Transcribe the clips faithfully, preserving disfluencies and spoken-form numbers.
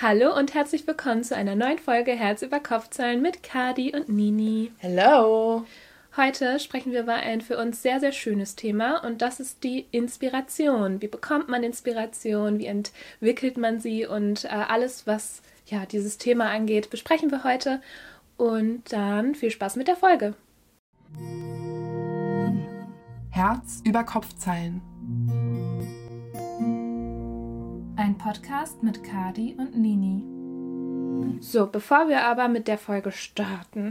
Hallo und herzlich willkommen zu einer neuen Folge Herz über Kopfzahlen mit Kadi und Nini. Hello! Heute sprechen wir über ein für uns sehr, sehr schönes Thema und das ist die Inspiration. Wie bekommt man Inspiration? Wie entwickelt man sie? Und äh, alles, was ja dieses Thema angeht, besprechen wir heute. Und dann viel Spaß mit der Folge. Herz über Kopfzeilen. Ein Podcast mit Kadi und Nini. So, bevor wir aber mit der Folge starten,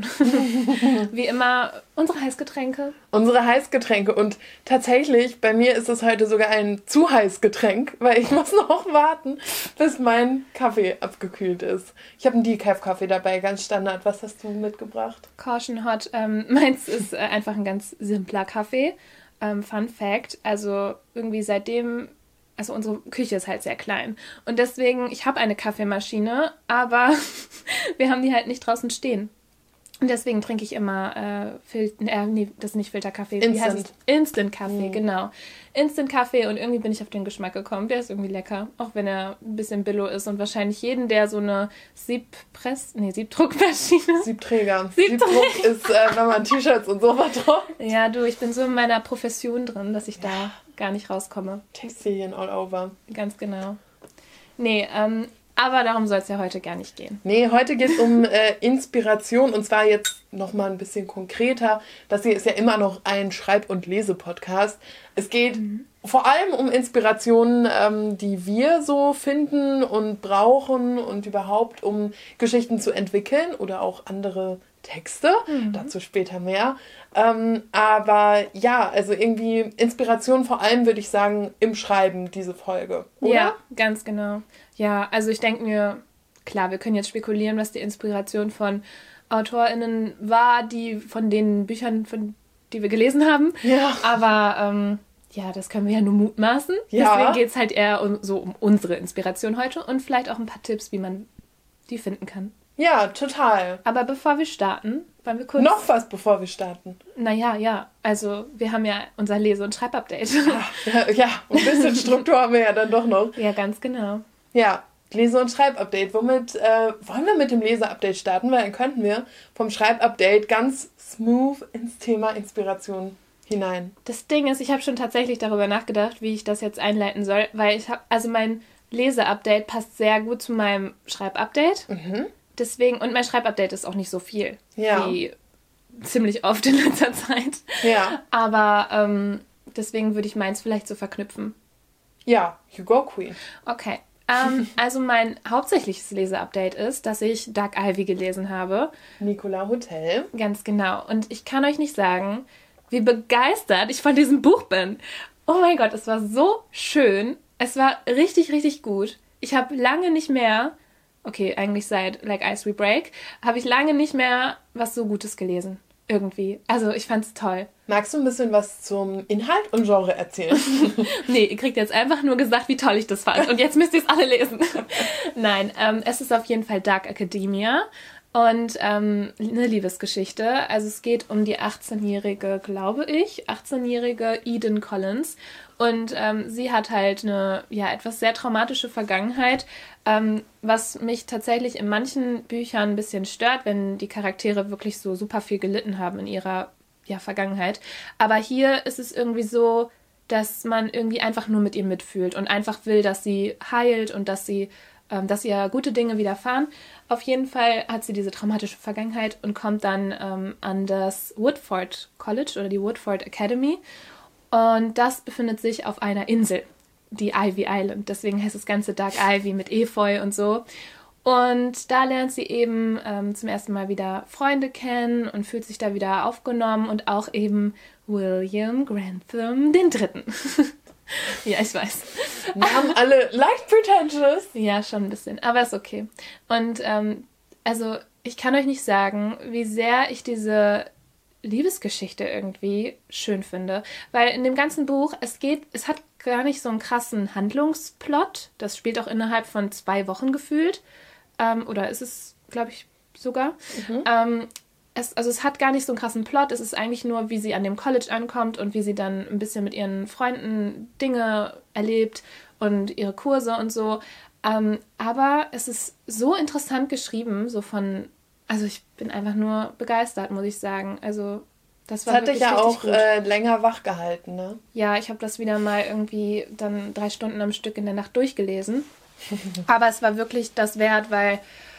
wie immer unsere Heißgetränke. Unsere Heißgetränke und tatsächlich, bei mir ist es heute sogar ein zu heiß Getränk, weil ich muss noch warten, bis mein Kaffee abgekühlt ist. Ich habe einen Decaf-Kaffee dabei, ganz Standard. Was hast du mitgebracht? Caution Hot. Ähm, meins ist äh, einfach ein ganz simpler Kaffee. Ähm, Fun Fact, also irgendwie seitdem... Also unsere Küche ist halt sehr klein. Und deswegen, ich habe eine Kaffeemaschine, aber wir haben die halt nicht draußen stehen. Und deswegen trinke ich immer, äh, Fil- äh nee, das ist nicht Filterkaffee. Instant. Wie heißt es? Instant-Kaffee, Mhm. genau. Instant-Kaffee und irgendwie bin ich auf den Geschmack gekommen. Der ist irgendwie lecker, auch wenn er ein bisschen billo ist und wahrscheinlich jeden, der so eine Siebpress, nee, Siebdruckmaschine. Siebträger. Siebträger. Siebdruck ist, äh, wenn man T-Shirts und so verdruckt. Ja, du, ich bin so in meiner Profession drin, dass ich da gar nicht rauskomme. Textilien all over. Ganz genau. Nee, ähm, aber darum soll es ja heute gar nicht gehen. Nee, heute geht es um äh, Inspiration und zwar jetzt nochmal ein bisschen konkreter. Das hier ist ja immer noch ein Schreib- und Lese-Podcast. Es geht mhm. vor allem um Inspirationen, ähm, die wir so finden und brauchen und überhaupt um Geschichten zu entwickeln oder auch andere Texte. Mhm. Dazu später mehr. Ähm, aber ja, also irgendwie Inspiration vor allem, würde ich sagen, im Schreiben, diese Folge, oder? Ja, ganz genau. Ja, also ich denke mir, klar, wir können jetzt spekulieren, was die Inspiration von AutorInnen war, die von den Büchern, von, die wir gelesen haben. Ja. Aber ähm, ja, das können wir ja nur mutmaßen. Ja. Deswegen geht es halt eher um, so um unsere Inspiration heute und vielleicht auch ein paar Tipps, wie man die finden kann. Ja, total. Aber bevor wir starten, wollen wir kurz... Noch was, bevor wir starten. Naja, ja. Also, wir haben ja unser Lese- und Schreibupdate. Ja, ja, ein bisschen Struktur haben wir ja dann doch noch. Ja, ganz genau. Ja, Lese- und Schreibupdate. Womit äh, wollen wir mit dem Leseupdate starten? Weil dann könnten wir vom Schreibupdate ganz smooth ins Thema Inspiration hinein. Das Ding ist, ich habe schon tatsächlich darüber nachgedacht, wie ich das jetzt einleiten soll, weil ich habe... Also, mein Leseupdate passt sehr gut zu meinem Schreibupdate. Mhm. Deswegen, und mein Schreibupdate ist auch nicht so viel, Ja. wie ziemlich oft in letzter Zeit. Ja. Aber ähm, deswegen würde ich meins vielleicht so verknüpfen. Ja, you go, Queen. Okay. Ähm, also mein hauptsächliches Leseupdate ist, dass ich Dark Ivy gelesen habe. Nicola Hotel. Ganz genau. Und ich kann euch nicht sagen, wie begeistert ich von diesem Buch bin. Oh mein Gott, es war so schön. Es war richtig, richtig gut. Ich habe lange nicht mehr... Okay, eigentlich seit Like Ice We Break, habe ich lange nicht mehr was so Gutes gelesen. Irgendwie. Also ich fand's toll. Magst du ein bisschen was zum Inhalt und Genre erzählen? Nee, ihr kriegt jetzt einfach nur gesagt, wie toll ich das fand. Und jetzt müsst ihr es alle lesen. Nein, ähm, es ist auf jeden Fall Dark Academia und ähm, eine Liebesgeschichte. Also es geht um die achtzehnjährige, glaube ich, achtzehnjährige Eden Collins. Und ähm, sie hat halt eine, ja, etwas sehr traumatische Vergangenheit, ähm, was mich tatsächlich in manchen Büchern ein bisschen stört, wenn die Charaktere wirklich so super viel gelitten haben in ihrer, ja, Vergangenheit. Aber hier ist es irgendwie so, dass man irgendwie einfach nur mit ihr mitfühlt und einfach will, dass sie heilt und dass sie, ähm, dass ihr gute Dinge widerfahren. Auf jeden Fall hat sie diese traumatische Vergangenheit und kommt dann ähm, an das Woodford College oder die Woodford Academy. Und das befindet sich auf einer Insel, die Ivy Island. Deswegen heißt das Ganze Dark Ivy mit Efeu und so. Und da lernt sie eben ähm, zum ersten Mal wieder Freunde kennen und fühlt sich da wieder aufgenommen und auch eben William Grantham den Dritten. Ja, ich weiß. Wir haben alle leicht pretentious. Ja, schon ein bisschen, aber ist okay. Und ähm, also ich kann euch nicht sagen, wie sehr ich diese Liebesgeschichte irgendwie schön finde. Weil in dem ganzen Buch, es geht, es hat gar nicht so einen krassen Handlungsplot. Das spielt auch innerhalb von zwei Wochen gefühlt. Ähm, oder ist es, glaube ich, sogar. Mhm. Ähm, es, also es hat gar nicht so einen krassen Plot. Es ist eigentlich nur, wie sie an dem College ankommt und wie sie dann ein bisschen mit ihren Freunden Dinge erlebt und ihre Kurse und so. Ähm, aber es ist so interessant geschrieben, so von, also ich bin einfach nur begeistert, muss ich sagen. Also das war das hat dich ja auch gut. Äh, länger wach gehalten, ne? Ja, ich habe das wieder mal irgendwie dann drei Stunden am Stück in der Nacht durchgelesen. Aber es war wirklich das wert, weil,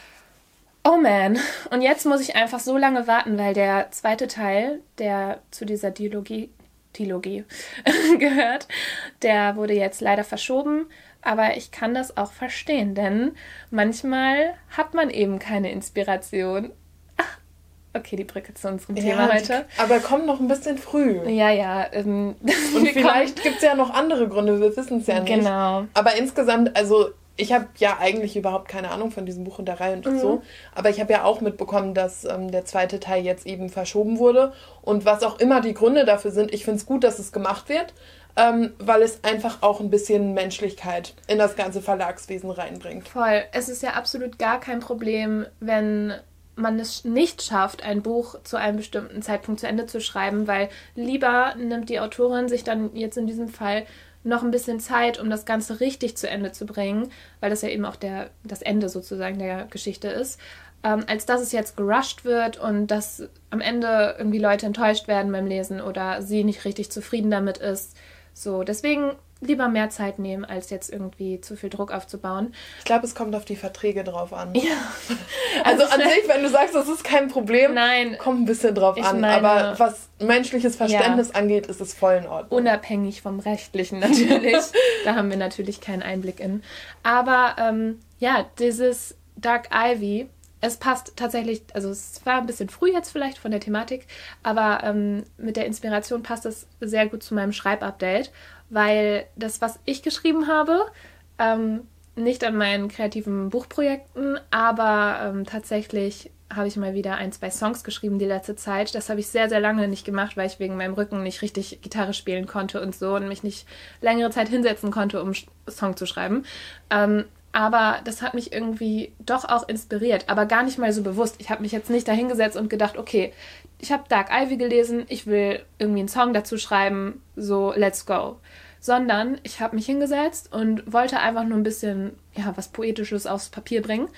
oh man, und jetzt muss ich einfach so lange warten, weil der zweite Teil, der zu dieser Dialogie, Dialogie gehört, der wurde jetzt leider verschoben. Aber ich kann das auch verstehen, denn manchmal hat man eben keine Inspiration. Ach, okay, die Brücke zu unserem ja, Thema heute. Die, aber kommt noch ein bisschen früh. Ja, ja. Ähm, Und vielleicht gibt es ja noch andere Gründe, wir wissen es ja nicht. Genau. Aber insgesamt, also ich habe ja eigentlich überhaupt keine Ahnung von diesem Buch und der Reihe und mhm. so. Aber ich habe ja auch mitbekommen, dass ähm, der zweite Teil jetzt eben verschoben wurde. Und was auch immer die Gründe dafür sind, ich finde es gut, dass es gemacht wird. Ähm, weil es einfach auch ein bisschen Menschlichkeit in das ganze Verlagswesen reinbringt. Voll. Es ist ja absolut gar kein Problem, wenn man es nicht schafft, ein Buch zu einem bestimmten Zeitpunkt zu Ende zu schreiben, weil lieber nimmt die Autorin sich dann jetzt in diesem Fall noch ein bisschen Zeit, um das Ganze richtig zu Ende zu bringen, weil das ja eben auch der, das Ende sozusagen der Geschichte ist, ähm, als dass es jetzt gerusht wird und dass am Ende irgendwie Leute enttäuscht werden beim Lesen oder sie nicht richtig zufrieden damit ist. So, deswegen lieber mehr Zeit nehmen, als jetzt irgendwie zu viel Druck aufzubauen. Ich glaube, es kommt auf die Verträge drauf an. Ja. Also, also an sich, wenn du sagst, das ist kein Problem, nein, kommt ein bisschen drauf an. Meine, aber was menschliches Verständnis ja. angeht, ist es voll in Ordnung. Unabhängig vom Rechtlichen natürlich. Da haben wir natürlich keinen Einblick in. Aber ähm, ja, dieses Dark Ivy, es passt tatsächlich, also es war ein bisschen früh jetzt vielleicht von der Thematik, aber ähm, mit der Inspiration passt es sehr gut zu meinem Schreibupdate, weil das, was ich geschrieben habe, ähm, nicht an meinen kreativen Buchprojekten, aber ähm, tatsächlich habe ich mal wieder ein, zwei Songs geschrieben die letzte Zeit. Das habe ich sehr, sehr lange nicht gemacht, weil ich wegen meinem Rücken nicht richtig Gitarre spielen konnte und so und mich nicht längere Zeit hinsetzen konnte, um einen Song zu schreiben. Ähm, Aber das hat mich irgendwie doch auch inspiriert, aber gar nicht mal so bewusst. Ich habe mich jetzt nicht dahingesetzt und gedacht, okay, ich habe Dark Ivy gelesen, ich will irgendwie einen Song dazu schreiben, so let's go. Sondern ich habe mich hingesetzt und wollte einfach nur ein bisschen, ja, was Poetisches aufs Papier bringen.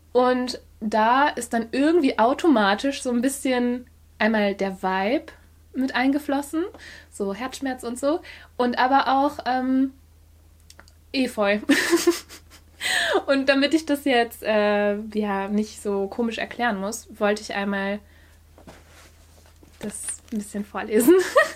Und da ist dann irgendwie automatisch so ein bisschen einmal der Vibe mit eingeflossen, so Herzschmerz und so, und aber auch ähm, Efeu. Und damit ich das jetzt äh, ja nicht so komisch erklären muss, wollte ich einmal das ein bisschen vorlesen.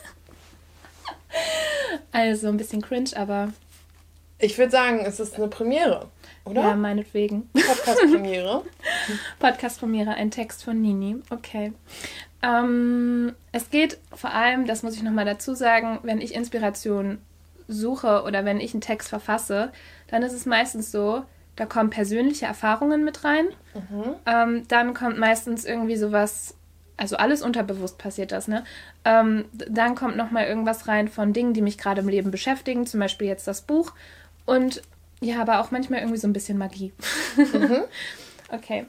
Also ein bisschen cringe, aber... Ich würde sagen, es ist eine Premiere, oder? Ja, meinetwegen. Podcast-Premiere. Podcast-Premiere, ein Text von Nini. Okay. Ähm, es geht vor allem, das muss ich nochmal dazu sagen, wenn ich Inspiration suche oder wenn ich einen Text verfasse, dann ist es meistens so, da kommen persönliche Erfahrungen mit rein. Mhm. Ähm, dann kommt meistens irgendwie sowas, also alles unterbewusst passiert das, ne? Ähm, dann kommt nochmal irgendwas rein von Dingen, die mich gerade im Leben beschäftigen, zum Beispiel jetzt das Buch. Und ja, aber auch manchmal irgendwie so ein bisschen Magie. Mhm. Okay.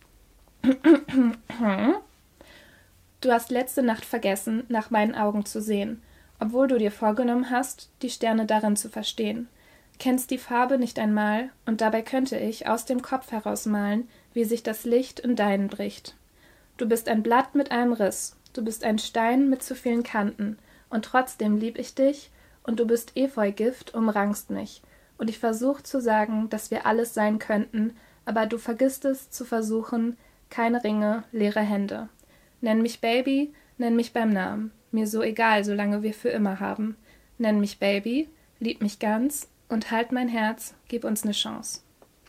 Du hast letzte Nacht vergessen, nach meinen Augen zu sehen, obwohl du dir vorgenommen hast, die Sterne darin zu verstehen. Kennst die Farbe nicht einmal, und dabei könnte ich aus dem Kopf herausmalen, wie sich das Licht in deinen bricht. Du bist ein Blatt mit einem Riss, du bist ein Stein mit zu vielen Kanten, und trotzdem lieb ich dich, und du bist Efeugift, umrankst mich. Und ich versuch zu sagen, dass wir alles sein könnten, aber du vergisst es zu versuchen, keine Ringe, leere Hände. Nenn mich Baby, nenn mich beim Namen. Mir so egal, solange wir für immer haben. Nenn mich Baby, lieb mich ganz und halt mein Herz, gib uns eine Chance.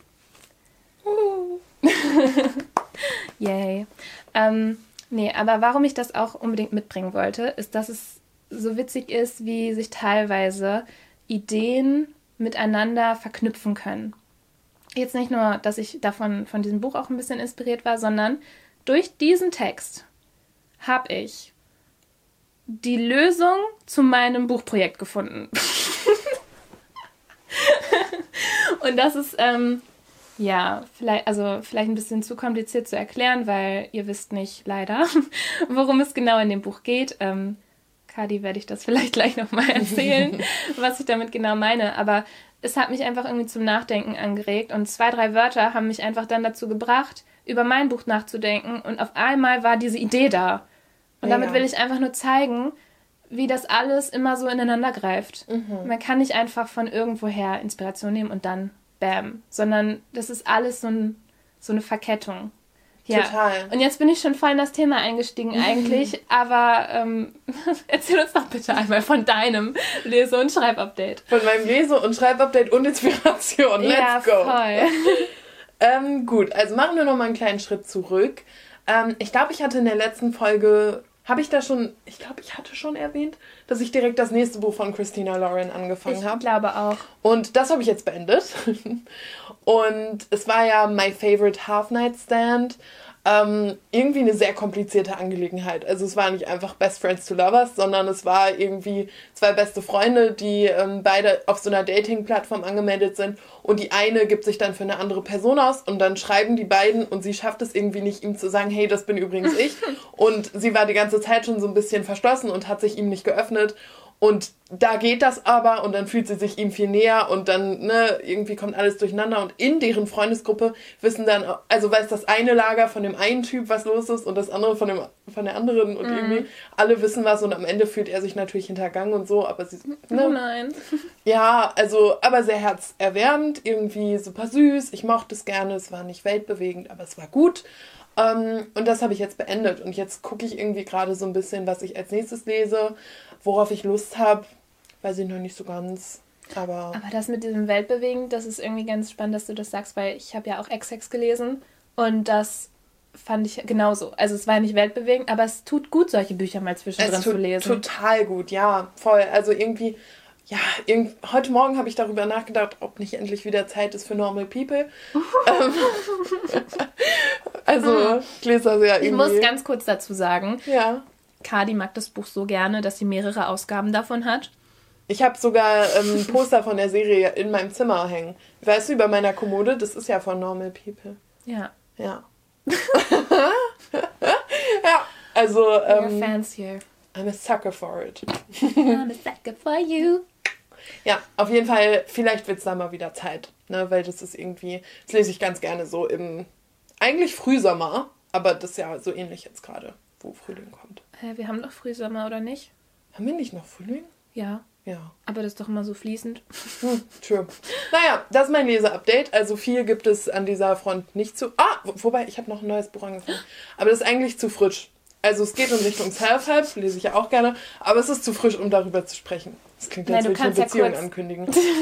Uh. Yay. Ähm, nee, aber warum ich das auch unbedingt mitbringen wollte, ist, dass es so witzig ist, wie sich teilweise Ideen miteinander verknüpfen können. Jetzt nicht nur, dass ich davon von diesem Buch auch ein bisschen inspiriert war, sondern durch diesen Text habe ich die Lösung zu meinem Buchprojekt gefunden. Und das ist, ähm, ja, vielleicht, also vielleicht ein bisschen zu kompliziert zu erklären, weil ihr wisst nicht, leider, worum es genau in dem Buch geht. Ähm, Kadi werde ich das vielleicht gleich nochmal erzählen, was ich damit genau meine. Aber es hat mich einfach irgendwie zum Nachdenken angeregt und zwei, drei Wörter haben mich einfach dann dazu gebracht, über mein Buch nachzudenken und auf einmal war diese Idee da. Und damit ja. will ich einfach nur zeigen, wie das alles immer so ineinander greift. Mhm. Man kann nicht einfach von irgendwoher Inspiration nehmen und dann bam, sondern das ist alles so, ein, so eine Verkettung. Ja. Total. Und jetzt bin ich schon voll in das Thema eingestiegen eigentlich, aber ähm, erzähl uns doch bitte einmal von deinem Lese- und Schreibupdate. Von meinem Lese- und Schreibupdate und Inspiration. Let's ja, go. Voll. ähm, gut, also machen wir nochmal einen kleinen Schritt zurück. Ähm, ich glaube, ich hatte in der letzten Folge, habe ich da schon, ich glaube, ich hatte schon erwähnt, dass ich direkt das nächste Buch von Christina Lauren angefangen habe. Ich glaube auch. Und das habe ich jetzt beendet. Und es war ja My Favorite Half Night Stand. Ähm, irgendwie eine sehr komplizierte Angelegenheit. Also es war nicht einfach Best Friends to Lovers, sondern es war irgendwie zwei beste Freunde, die ähm, beide auf so einer Dating-Plattform angemeldet sind und die eine gibt sich dann für eine andere Person aus und dann schreiben die beiden und sie schafft es irgendwie nicht, ihm zu sagen, hey, das bin übrigens ich. Und sie war die ganze Zeit schon so ein bisschen verschlossen und hat sich ihm nicht geöffnet. Und da geht das aber und dann fühlt sie sich ihm viel näher und dann, ne, irgendwie kommt alles durcheinander und in deren Freundesgruppe wissen dann, also weiß das eine Lager von dem einen Typ, was los ist und das andere von dem von der anderen und mm. irgendwie alle wissen was und am Ende fühlt er sich natürlich hintergangen und so, aber sie, ne? Oh nein. Ja, also, aber sehr herzerwärmend, irgendwie super süß, ich mochte es gerne, es war nicht weltbewegend, aber es war gut. Um, und das habe ich jetzt beendet. Und jetzt gucke ich irgendwie gerade so ein bisschen, was ich als nächstes lese, worauf ich Lust habe. Weiß ich noch nicht so ganz. Aber, aber das mit diesem Weltbewegen, das ist irgendwie ganz spannend, dass du das sagst, weil ich habe ja auch Ex-Hex gelesen und das fand ich genauso. Also es war ja nicht weltbewegend, aber es tut gut, solche Bücher mal zwischendrin zu lesen. Total gut, ja, voll. Also irgendwie... Ja, irgend, heute Morgen habe ich darüber nachgedacht, ob nicht endlich wieder Zeit ist für Normal People. ähm, also, ich lese das ja irgendwie. Ich muss ganz kurz dazu sagen, ja. Kadi mag das Buch so gerne, dass sie mehrere Ausgaben davon hat. Ich habe sogar ähm, ein Poster von der Serie in meinem Zimmer hängen. Weißt du, über meiner Kommode, das ist ja von Normal People. Ja. Ja. ja, also... Ähm, We're fans here. I'm a sucker for it. I'm a sucker for you. Ja, auf jeden Fall, vielleicht wird es da mal wieder Zeit, ne, weil das ist irgendwie, das lese ich ganz gerne so im, eigentlich Frühsommer, aber das ist ja so ähnlich jetzt gerade, wo Frühling kommt. Hä, wir haben doch Frühsommer, oder nicht? Haben wir nicht noch Frühling? Ja. Ja. Aber das ist doch immer so fließend. Hm, true. Naja, das ist mein Leseupdate, also viel gibt es an dieser Front nicht zu, ah, wo, wobei, ich habe noch ein neues Buch angefangen, aber das ist eigentlich zu frisch. Also es geht in Richtung Self-Help, lese ich ja auch gerne, aber es ist zu frisch, um darüber zu sprechen. Das klingt, als würde ich eine Beziehung ja ankündigen.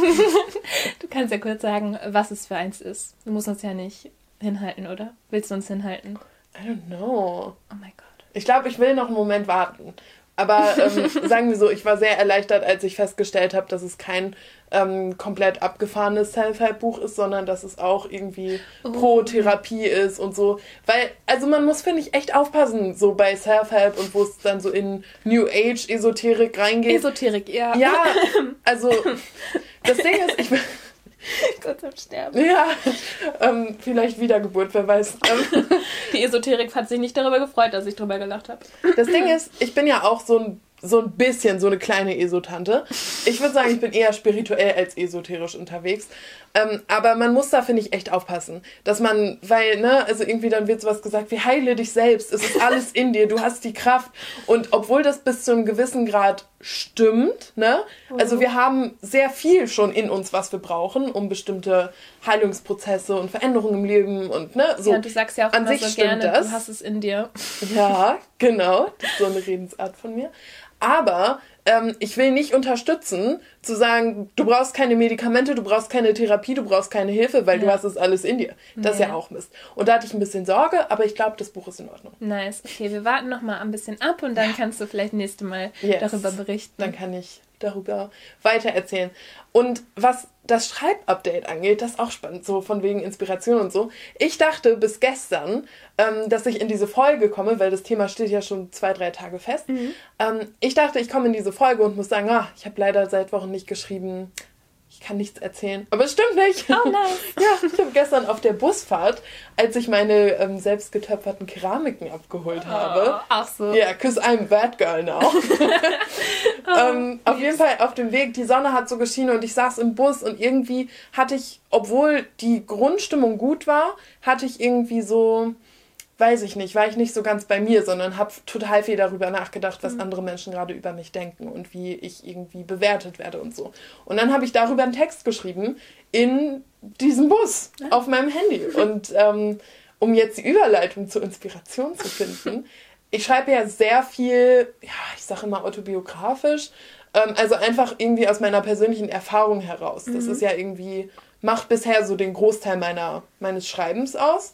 Du kannst ja kurz sagen, was es für eins ist. Du musst uns ja nicht hinhalten, oder? Willst du uns hinhalten? I don't know. Oh mein Gott. Ich glaube, ich will noch einen Moment warten. Aber ähm, sagen wir so, ich war sehr erleichtert, als ich festgestellt habe, dass es kein ähm, komplett abgefahrenes Self-Help-Buch ist, sondern dass es auch irgendwie oh. pro Therapie ist und so. Weil, also man muss, finde ich, echt aufpassen, so bei Self-Help und wo es dann so in New Age-Esoterik reingeht. Esoterik, ja. Ja, also das Ding ist, ich bin... Kurz am Sterben. Ja, ähm, vielleicht Wiedergeburt, wer weiß. Die Esoterik hat sich nicht darüber gefreut, dass ich drüber gelacht habe. Das Ding ist, ich bin ja auch so ein, so ein bisschen so eine kleine Esotante. Ich würde sagen, ich bin eher spirituell als esoterisch unterwegs. Ähm, aber man muss da, finde ich, echt aufpassen. Dass man, weil, ne, also irgendwie dann wird sowas gesagt wie, heile dich selbst, es ist alles in dir, du hast die Kraft. Und obwohl das bis zu einem gewissen Grad stimmt, ne, also wir haben sehr viel schon in uns, was wir brauchen, um bestimmte Heilungsprozesse und Veränderungen im Leben und, ne, so. Ja, du sagst ja auch an immer sich so gerne, das. Du hast es in dir. Ja, genau, das ist so eine Redensart von mir. Aber ähm, ich will nicht unterstützen, zu sagen, du brauchst keine Medikamente, du brauchst keine Therapie, du brauchst keine Hilfe, weil ja. du hast es alles in dir. Das ja. ist ja auch Mist. Und da hatte ich ein bisschen Sorge, aber ich glaube, das Buch ist in Ordnung. Nice. Okay, wir warten noch mal ein bisschen ab und dann ja. kannst du vielleicht nächste Mal yes. darüber berichten. Dann kann ich darüber weiter erzählen. Und was das Schreibupdate angeht, das ist auch spannend, so von wegen Inspiration und so. Ich dachte bis gestern, ähm, dass ich in diese Folge komme, weil das Thema steht ja schon zwei, drei Tage fest. Mhm. Ähm, ich dachte, ich komme in diese Folge und muss sagen, ah, ich habe leider seit Wochen nicht geschrieben. Ich kann nichts erzählen, aber es stimmt nicht. Oh nein. Ja, ich habe gestern auf der Busfahrt, als ich meine ähm, selbst getöpferten Keramiken abgeholt Oh, habe. ach so. Ja, yeah, 'cause I'm bad girl now. oh, ähm, auf jeden Fall auf dem Weg, die Sonne hat so geschienen und ich saß im Bus und irgendwie hatte ich, obwohl die Grundstimmung gut war, hatte ich irgendwie so, weiß ich nicht, war ich nicht so ganz bei mir, sondern habe total viel darüber nachgedacht, was mhm. andere Menschen gerade über mich denken und wie ich irgendwie bewertet werde und so. Und dann habe ich darüber einen Text geschrieben in diesem Bus ja. auf meinem Handy. Und ähm, um jetzt die Überleitung zur Inspiration zu finden, ich schreibe ja sehr viel, ja, ich sage immer autobiografisch, ähm, also einfach irgendwie aus meiner persönlichen Erfahrung heraus. Das mhm. ist ja irgendwie, macht bisher so den Großteil meiner, meines Schreibens aus.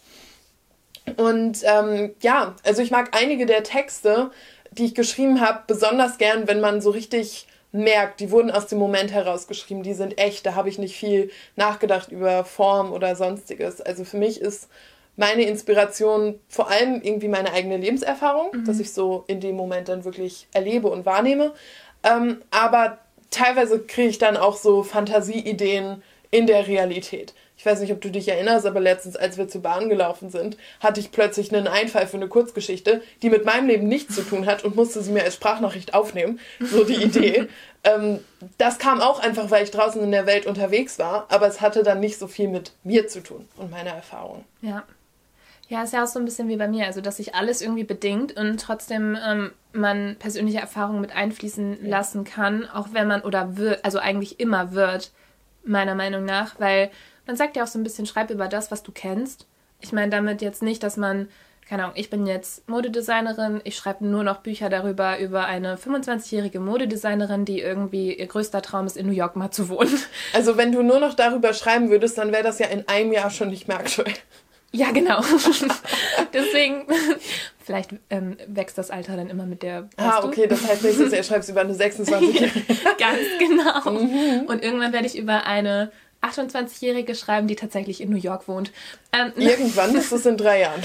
Und ähm, ja, also ich mag einige der Texte, die ich geschrieben habe, besonders gern, wenn man so richtig merkt, die wurden aus dem Moment heraus geschrieben, die sind echt, da habe ich nicht viel nachgedacht über Form oder sonstiges. Also für mich ist meine Inspiration vor allem irgendwie meine eigene Lebenserfahrung, mhm. dass ich so in dem Moment dann wirklich erlebe und wahrnehme. Ähm, aber teilweise kriege ich dann auch so Fantasieideen in der Realität. Ich weiß nicht, ob du dich erinnerst, aber letztens, als wir zur Bahn gelaufen sind, hatte ich plötzlich einen Einfall für eine Kurzgeschichte, die mit meinem Leben nichts zu tun hat und musste sie mir als Sprachnachricht aufnehmen. So die Idee. ähm, das kam auch einfach, weil ich draußen in der Welt unterwegs war, aber es hatte dann nicht so viel mit mir zu tun und meiner Erfahrung. Ja. Ja, ist ja auch so ein bisschen wie bei mir, also dass sich alles irgendwie bedingt und trotzdem ähm, man persönliche Erfahrungen mit einfließen lassen kann, auch wenn man, oder wird, also eigentlich immer wird, meiner Meinung nach, weil man sagt ja auch so ein bisschen, schreib über das, was du kennst. Ich meine damit jetzt nicht, dass man, keine Ahnung, ich bin jetzt Modedesignerin, ich schreibe nur noch Bücher darüber, über eine fünfundzwanzigjährige Modedesignerin, die irgendwie, ihr größter Traum ist, in New York mal zu wohnen. Also wenn du nur noch darüber schreiben würdest, dann wäre das ja in einem Jahr schon nicht mehr aktuell. Ja, genau. Deswegen, vielleicht ähm, wächst das Alter dann immer mit der... Ah, okay, das heißt nächstes Jahr schreibst du über eine sechsundzwanzigjährige. Ganz genau. Mhm. Und irgendwann werde ich über eine achtundzwanzigjährige schreiben, die tatsächlich in New York wohnt. Ähm, Irgendwann ist es in drei Jahren.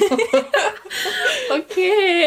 Okay.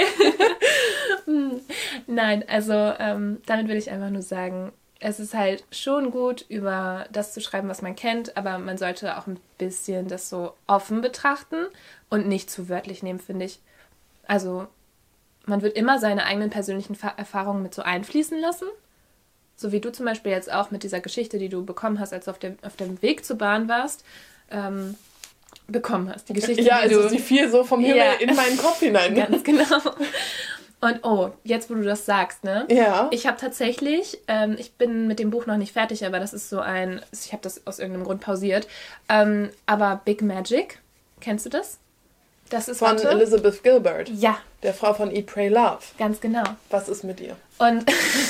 Nein, also ähm, damit will ich einfach nur sagen, es ist halt schon gut, über das zu schreiben, was man kennt, aber man sollte auch ein bisschen das so offen betrachten und nicht zu wörtlich nehmen, finde ich. Also man wird immer seine eigenen persönlichen Erfahrungen mit so einfließen lassen. So wie du zum Beispiel jetzt auch mit dieser Geschichte, die du bekommen hast, als du auf dem, auf dem Weg zur Bahn warst, ähm, bekommen hast. Die Geschichte, ja, die also du, sie fiel so vom Himmel ja. in meinen Kopf hinein. Ganz genau. Und oh, jetzt wo du das sagst, ne? Ja. Ich habe tatsächlich, ähm, ich bin mit dem Buch noch nicht fertig, aber das ist so ein, ich habe das aus irgendeinem Grund pausiert, ähm, aber Big Magic, kennst du das? Das ist von warte, Elizabeth Gilbert. Ja. Der Frau von Eat, Pray, Love. Ganz genau. Was ist mit ihr? Und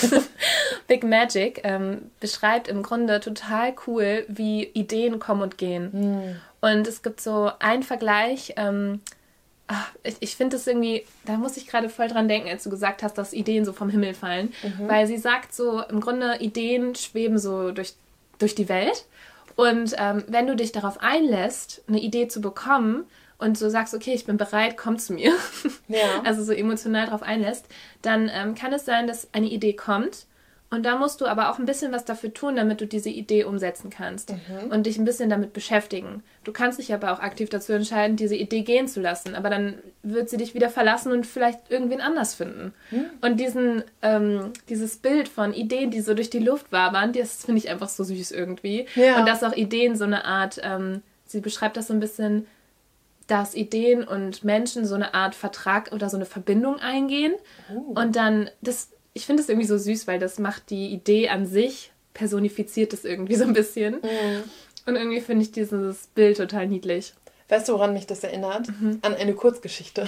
Big Magic ähm, beschreibt im Grunde total cool, wie Ideen kommen und gehen. Hm. Und es gibt so einen Vergleich, ähm, ach, ich, ich finde das irgendwie, da muss ich gerade voll dran denken, als du gesagt hast, dass Ideen so vom Himmel fallen. Mhm. Weil sie sagt so, im Grunde Ideen schweben so durch, durch die Welt. Und ähm, wenn du dich darauf einlässt, eine Idee zu bekommen, und so sagst, okay, ich bin bereit, komm zu mir, ja. also so emotional drauf einlässt, dann ähm, kann es sein, dass eine Idee kommt und da musst du aber auch ein bisschen was dafür tun, damit du diese Idee umsetzen kannst mhm. und dich ein bisschen damit beschäftigen. Du kannst dich aber auch aktiv dazu entscheiden, diese Idee gehen zu lassen, aber dann wird sie dich wieder verlassen und vielleicht irgendwen anders finden. Mhm. Und diesen, ähm, dieses Bild von Ideen, die so durch die Luft wabern, das finde ich einfach so süß irgendwie. Ja. Und dass auch Ideen so eine Art, ähm, sie beschreibt das so ein bisschen, dass Ideen und Menschen so eine Art Vertrag oder so eine Verbindung eingehen. Oh. Und dann, das, ich finde das irgendwie so süß, weil das macht die Idee an sich, personifiziert das irgendwie so ein bisschen. Mhm. Und irgendwie finde ich dieses Bild total niedlich. Weißt du, woran mich das erinnert? Mhm. An eine Kurzgeschichte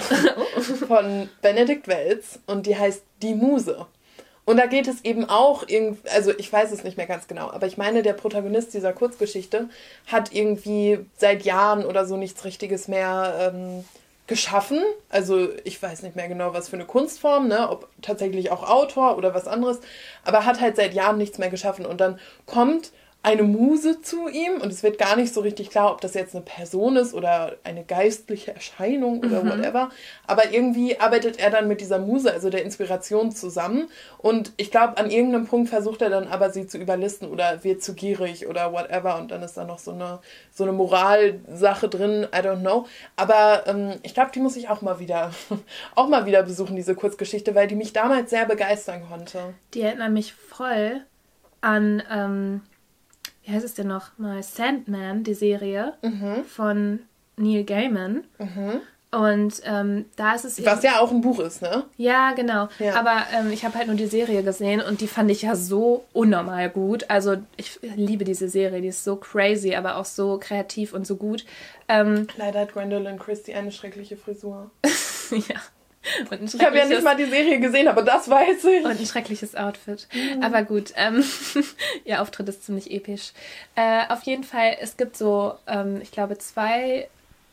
von Benedikt Wells und die heißt Die Muse. Und da geht es eben auch, irgendwie, also ich weiß es nicht mehr ganz genau, aber ich meine, der Protagonist dieser Kurzgeschichte hat irgendwie seit Jahren oder so nichts Richtiges mehr ähm, geschaffen. Also ich weiß nicht mehr genau, was für eine Kunstform, ne, ob tatsächlich auch Autor oder was anderes, aber hat halt seit Jahren nichts mehr geschaffen. Und dann kommt eine Muse zu ihm und es wird gar nicht so richtig klar, ob das jetzt eine Person ist oder eine geistliche Erscheinung oder mhm. whatever. Aber irgendwie arbeitet er dann mit dieser Muse, also der Inspiration, zusammen. Und ich glaube, an irgendeinem Punkt versucht er dann aber, sie zu überlisten oder wird zu gierig oder whatever. Und dann ist da noch so eine, so eine Moralsache drin, I don't know. Aber ähm, ich glaube, die muss ich auch mal wieder, auch mal wieder besuchen, diese Kurzgeschichte, weil die mich damals sehr begeistern konnte. Die erinnert mich voll an... Ähm wie heißt es denn noch mal? Sandman, die Serie mhm. von Neil Gaiman. Mhm. Und ähm, da ist es... Was eben, ja auch ein Buch ist, ne? Ja, genau. Ja. Aber ähm, ich habe halt nur die Serie gesehen und die fand ich ja so unnormal gut. Also ich liebe diese Serie, die ist so crazy, aber auch so kreativ und so gut. Ähm, Leider hat Gwendolyn Christie eine schreckliche Frisur. ja. Und ich habe ja nicht mal die Serie gesehen, aber das weiß ich. Und ein schreckliches Outfit. Mhm. Aber gut, ähm, ihr Auftritt ist ziemlich episch. Äh, auf jeden Fall, es gibt so, ähm, ich glaube, zwei,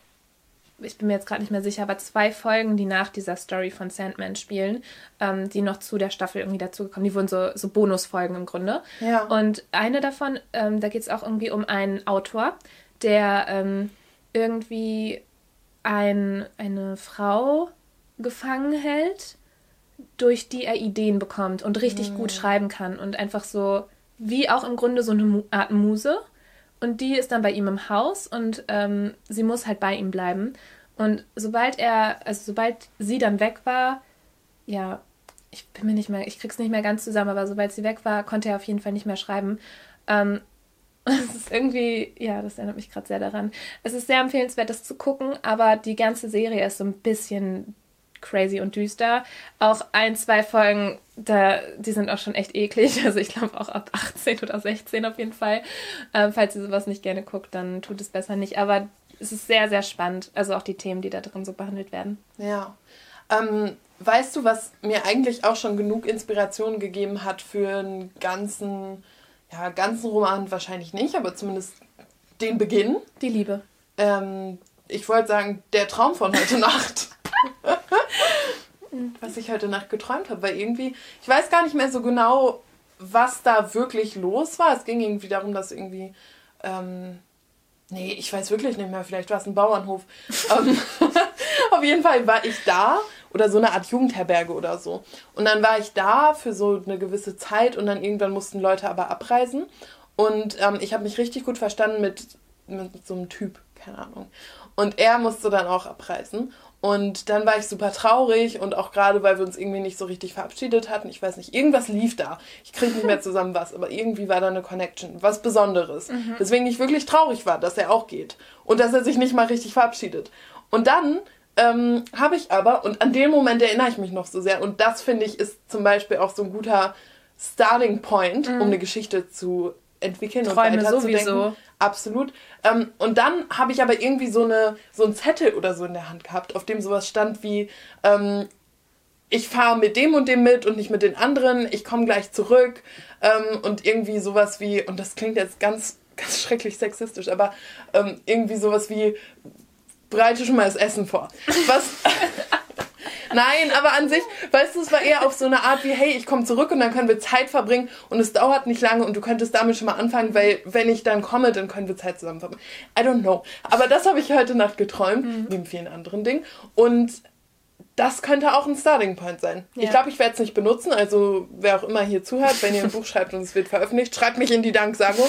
ich bin mir jetzt gerade nicht mehr sicher, aber zwei Folgen, die nach dieser Story von Sandman spielen, ähm, die noch zu der Staffel irgendwie dazugekommen. Die wurden so, so Bonusfolgen im Grunde. Ja. Und eine davon, ähm, da geht es auch irgendwie um einen Autor, der ähm, irgendwie ein, eine Frau gefangen hält, durch die er Ideen bekommt und richtig mhm. gut schreiben kann und einfach so, wie auch im Grunde so eine Art Muse, und die ist dann bei ihm im Haus und ähm, sie muss halt bei ihm bleiben und sobald er, also sobald sie dann weg war, ja, ich bin mir nicht mehr, ich krieg's nicht mehr ganz zusammen, aber sobald sie weg war, konnte er auf jeden Fall nicht mehr schreiben. Ähm, es ist irgendwie, ja, das erinnert mich gerade sehr daran. Es ist sehr empfehlenswert, das zu gucken, aber die ganze Serie ist so ein bisschen crazy und düster. Auch ein, zwei Folgen, da, die sind auch schon echt eklig. Also ich glaube auch ab achtzehn oder sechzehn auf jeden Fall. Ähm, falls ihr sowas nicht gerne guckt, dann tut es besser nicht. Aber es ist sehr, sehr spannend. Also auch die Themen, die da drin so behandelt werden. Ja. Ähm, weißt du, was mir eigentlich auch schon genug Inspiration gegeben hat für einen ganzen, ja, ganzen Roman wahrscheinlich nicht, aber zumindest den Beginn? Die Liebe. Ähm, ich wollte sagen, der Traum von heute Nacht. Was ich heute Nacht geträumt habe, weil irgendwie, ich weiß gar nicht mehr so genau, was da wirklich los war. Es ging irgendwie darum, dass irgendwie, ähm, nee, ich weiß wirklich nicht mehr, vielleicht war es ein Bauernhof. ähm, auf jeden Fall war ich da, oder so eine Art Jugendherberge oder so. Und dann war ich da für so eine gewisse Zeit und dann irgendwann mussten Leute aber abreisen. Und ähm, ich habe mich richtig gut verstanden mit, mit so einem Typ, keine Ahnung. Und er musste dann auch abreisen. Und dann war ich super traurig und auch gerade, weil wir uns irgendwie nicht so richtig verabschiedet hatten. Ich weiß nicht, irgendwas lief da. Ich kriege nicht mehr zusammen was, aber irgendwie war da eine Connection, was Besonderes. Mhm. Deswegen ich wirklich traurig war, dass er auch geht und dass er sich nicht mal richtig verabschiedet. Und dann ähm, habe ich aber, und an den Moment erinnere ich mich noch so sehr, und das finde ich ist zum Beispiel auch so ein guter Starting Point, mhm. um eine Geschichte zu entwickeln Träume und weiterzudenken. Sowieso. Absolut. Ähm, und dann habe ich aber irgendwie so, eine, so einen Zettel oder so in der Hand gehabt, auf dem sowas stand wie, ähm, ich fahre mit dem und dem mit und nicht mit den anderen, ich komme gleich zurück. Ähm, und irgendwie sowas wie, und das klingt jetzt ganz, ganz schrecklich sexistisch, aber ähm, irgendwie sowas wie, bereite schon mal das Essen vor. Was... Nein, aber an sich, weißt du, es war eher auf so eine Art wie, hey, ich komme zurück und dann können wir Zeit verbringen und es dauert nicht lange und du könntest damit schon mal anfangen, weil wenn ich dann komme, dann können wir Zeit zusammen verbringen. I don't know. Aber das habe ich heute Nacht geträumt, mhm. neben vielen anderen Dingen. Und das könnte auch ein Starting Point sein. Ja. Ich glaube, ich werde es nicht benutzen, also wer auch immer hier zuhört, wenn ihr ein Buch schreibt und es wird veröffentlicht, schreibt mich in die Danksagung.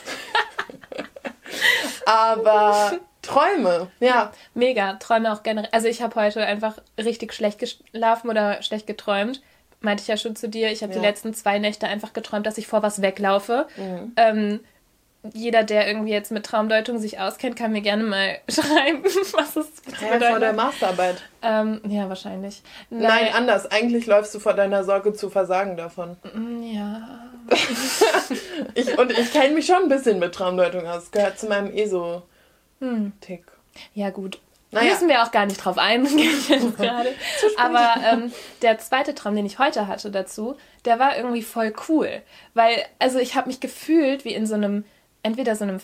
Aber... Träume, ja. Mega, Träume auch generell. Also ich habe heute einfach richtig schlecht geschlafen oder schlecht geträumt. Meinte ich ja schon zu dir. Ich habe ja. die letzten zwei Nächte einfach geträumt, dass ich vor was weglaufe. Mhm. Ähm, jeder, der irgendwie jetzt mit Traumdeutung sich auskennt, kann mir gerne mal schreiben, was es bedeutet. Ja, vor der Masterarbeit. Ähm, ja, wahrscheinlich. Nein, Nein, anders. Eigentlich läufst du vor deiner Sorge zu versagen davon. Ja. ich, und ich kenne mich schon ein bisschen mit Traumdeutung aus. Gehört zu meinem E S O. Hm. Tick. Ja, gut. Naja. Müssen wir auch gar nicht drauf eingehen jetzt gerade. Aber ähm, der zweite Traum, den ich heute hatte dazu, der war irgendwie voll cool. Weil, also ich habe mich gefühlt wie in so einem, entweder so einem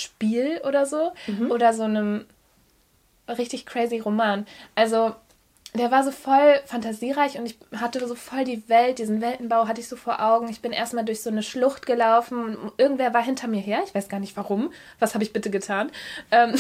Fantasy-Spiel oder so, mhm. oder so einem richtig crazy Roman. Also der war so voll fantasiereich und ich hatte so voll die Welt, diesen Weltenbau hatte ich so vor Augen. Ich bin erstmal durch so eine Schlucht gelaufen und irgendwer war hinter mir her. Ich weiß gar nicht warum. Was habe ich bitte getan? Ähm,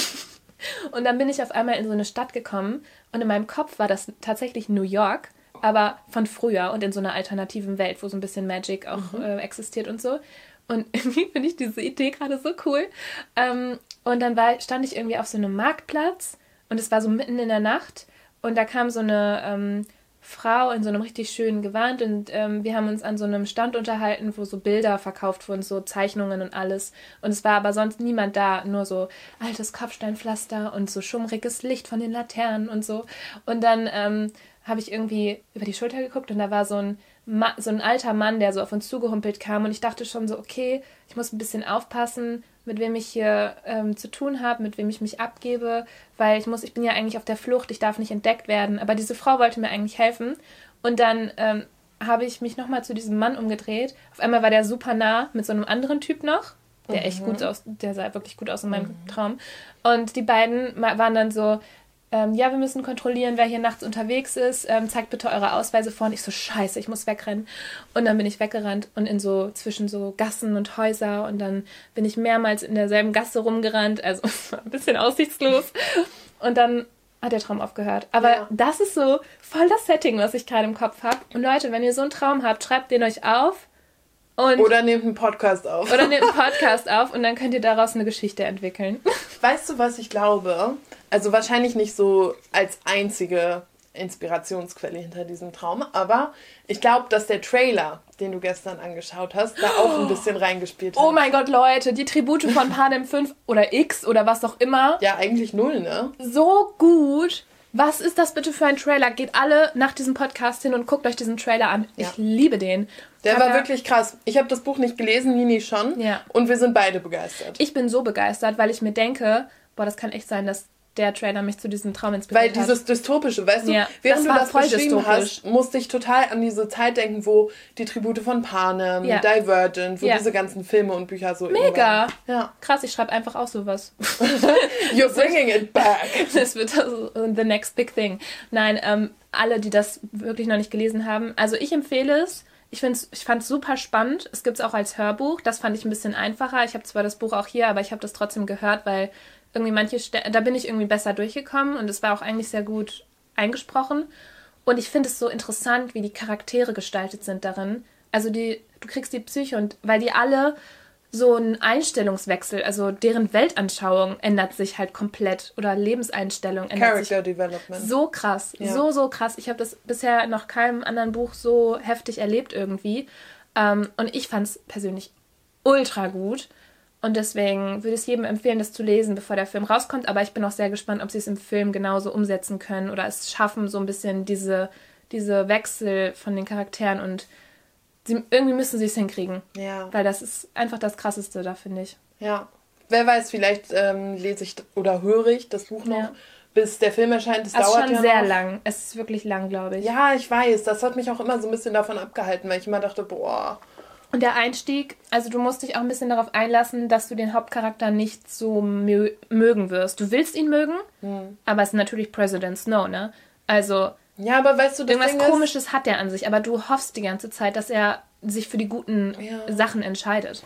und dann bin ich auf einmal in so eine Stadt gekommen und in meinem Kopf war das tatsächlich New York, aber von früher und in so einer alternativen Welt, wo so ein bisschen Magic auch mhm. äh, existiert und so. Und irgendwie finde ich diese Idee gerade so cool. Ähm, und dann war, stand ich irgendwie auf so einem Marktplatz und es war so mitten in der Nacht. Und da kam so eine ähm, Frau in so einem richtig schönen Gewand und ähm, wir haben uns an so einem Stand unterhalten, wo so Bilder verkauft wurden, so Zeichnungen und alles. Und es war aber sonst niemand da, nur so altes Kopfsteinpflaster und so schummriges Licht von den Laternen und so. Und dann ähm, habe ich irgendwie über die Schulter geguckt und da war so ein, Ma- so ein alter Mann, der so auf uns zugehumpelt kam. Und ich dachte schon so, okay, ich muss ein bisschen aufpassen, mit wem ich hier ähm, zu tun habe, mit wem ich mich abgebe, weil ich muss, ich bin ja eigentlich auf der Flucht, ich darf nicht entdeckt werden. Aber diese Frau wollte mir eigentlich helfen. Und dann ähm, habe ich mich nochmal zu diesem Mann umgedreht. Auf einmal war der super nah mit so einem anderen Typ noch, der mhm. echt gut aus, der sah wirklich gut aus in meinem mhm. Traum. Und die beiden waren dann so, ähm, ja, wir müssen kontrollieren, wer hier nachts unterwegs ist. Ähm, zeigt bitte eure Ausweise vor. Und ich so, scheiße, ich muss wegrennen. Und dann bin ich weggerannt und in so, zwischen so Gassen und Häuser. Und dann bin ich mehrmals in derselben Gasse rumgerannt. Also ein bisschen aussichtslos. Und dann hat der Traum aufgehört. Aber ja. das ist so voll das Setting, was ich gerade im Kopf habe. Und Leute, wenn ihr so einen Traum habt, schreibt den euch auf. Und oder nehmt einen Podcast auf. Oder nehmt einen Podcast auf und dann könnt ihr daraus eine Geschichte entwickeln. Weißt du, was ich glaube? Also wahrscheinlich nicht so als einzige Inspirationsquelle hinter diesem Traum, aber ich glaube, dass der Trailer, den du gestern angeschaut hast, da auch ein bisschen reingespielt hat. Oh mein Gott, Leute, die Tribute von Panem fünf oder X oder was auch immer. Ja, eigentlich null, ne? So gut. Was ist das bitte für ein Trailer? Geht alle nach diesem Podcast hin und guckt euch diesen Trailer an. Ja. Ich liebe den. Der war ja wirklich krass. Ich habe das Buch nicht gelesen, Nini schon. Ja. Und wir sind beide begeistert. Ich bin so begeistert, weil ich mir denke, boah, das kann echt sein, dass der Trailer mich zu diesem Traum inspiriert hat. Weil dieses Dystopische, weißt du, ja, während das du das voll beschrieben dystopisch. hast, musste ich total an diese Zeit denken, wo die Tribute von Panem, ja. Divergent, wo ja. diese ganzen Filme und Bücher so mega. Ja. Krass, ich schreibe einfach auch sowas. You're bringing it back. Das wird also the next big thing. Nein, ähm, alle, die das wirklich noch nicht gelesen haben, also ich empfehle es. Ich, find's, ich fand es super spannend. Es gibt es auch als Hörbuch. Das fand ich ein bisschen einfacher. Ich habe zwar das Buch auch hier, aber ich habe das trotzdem gehört, weil irgendwie manche Stellen, da bin ich irgendwie besser durchgekommen und es war auch eigentlich sehr gut eingesprochen. Und ich finde es so interessant, wie die Charaktere gestaltet sind darin. Also die, du kriegst die Psyche und weil die alle so einen Einstellungswechsel, also deren Weltanschauung ändert sich halt komplett oder Lebenseinstellung ändert Character sich. Development. So krass, ja. so, so krass. Ich habe das bisher noch keinem anderen Buch so heftig erlebt irgendwie. Ähm, und ich fand es persönlich ultra gut. Und deswegen würde ich es jedem empfehlen, das zu lesen, bevor der Film rauskommt. Aber ich bin auch sehr gespannt, ob sie es im Film genauso umsetzen können oder es schaffen, so ein bisschen diese, diese Wechsel von den Charakteren. Und sie, irgendwie müssen sie es hinkriegen. Ja. Weil das ist einfach das Krasseste da, finde ich. Ja. Wer weiß, vielleicht ähm, lese ich oder höre ich das Buch noch, ja. bis der Film erscheint. Das es dauert ist schon ja sehr noch. lang. Es ist wirklich lang, glaube ich. Ja, ich weiß. Das hat mich auch immer so ein bisschen davon abgehalten, weil ich immer dachte, boah... Und der Einstieg, also du musst dich auch ein bisschen darauf einlassen, dass du den Hauptcharakter nicht so mö- mögen wirst. Du willst ihn mögen, hm. aber es ist natürlich President Snow, ne? Also, ja, aber weißt du, das irgendwas Ding Komisches ist, hat er an sich, aber du hoffst die ganze Zeit, dass er sich für die guten ja. Sachen entscheidet.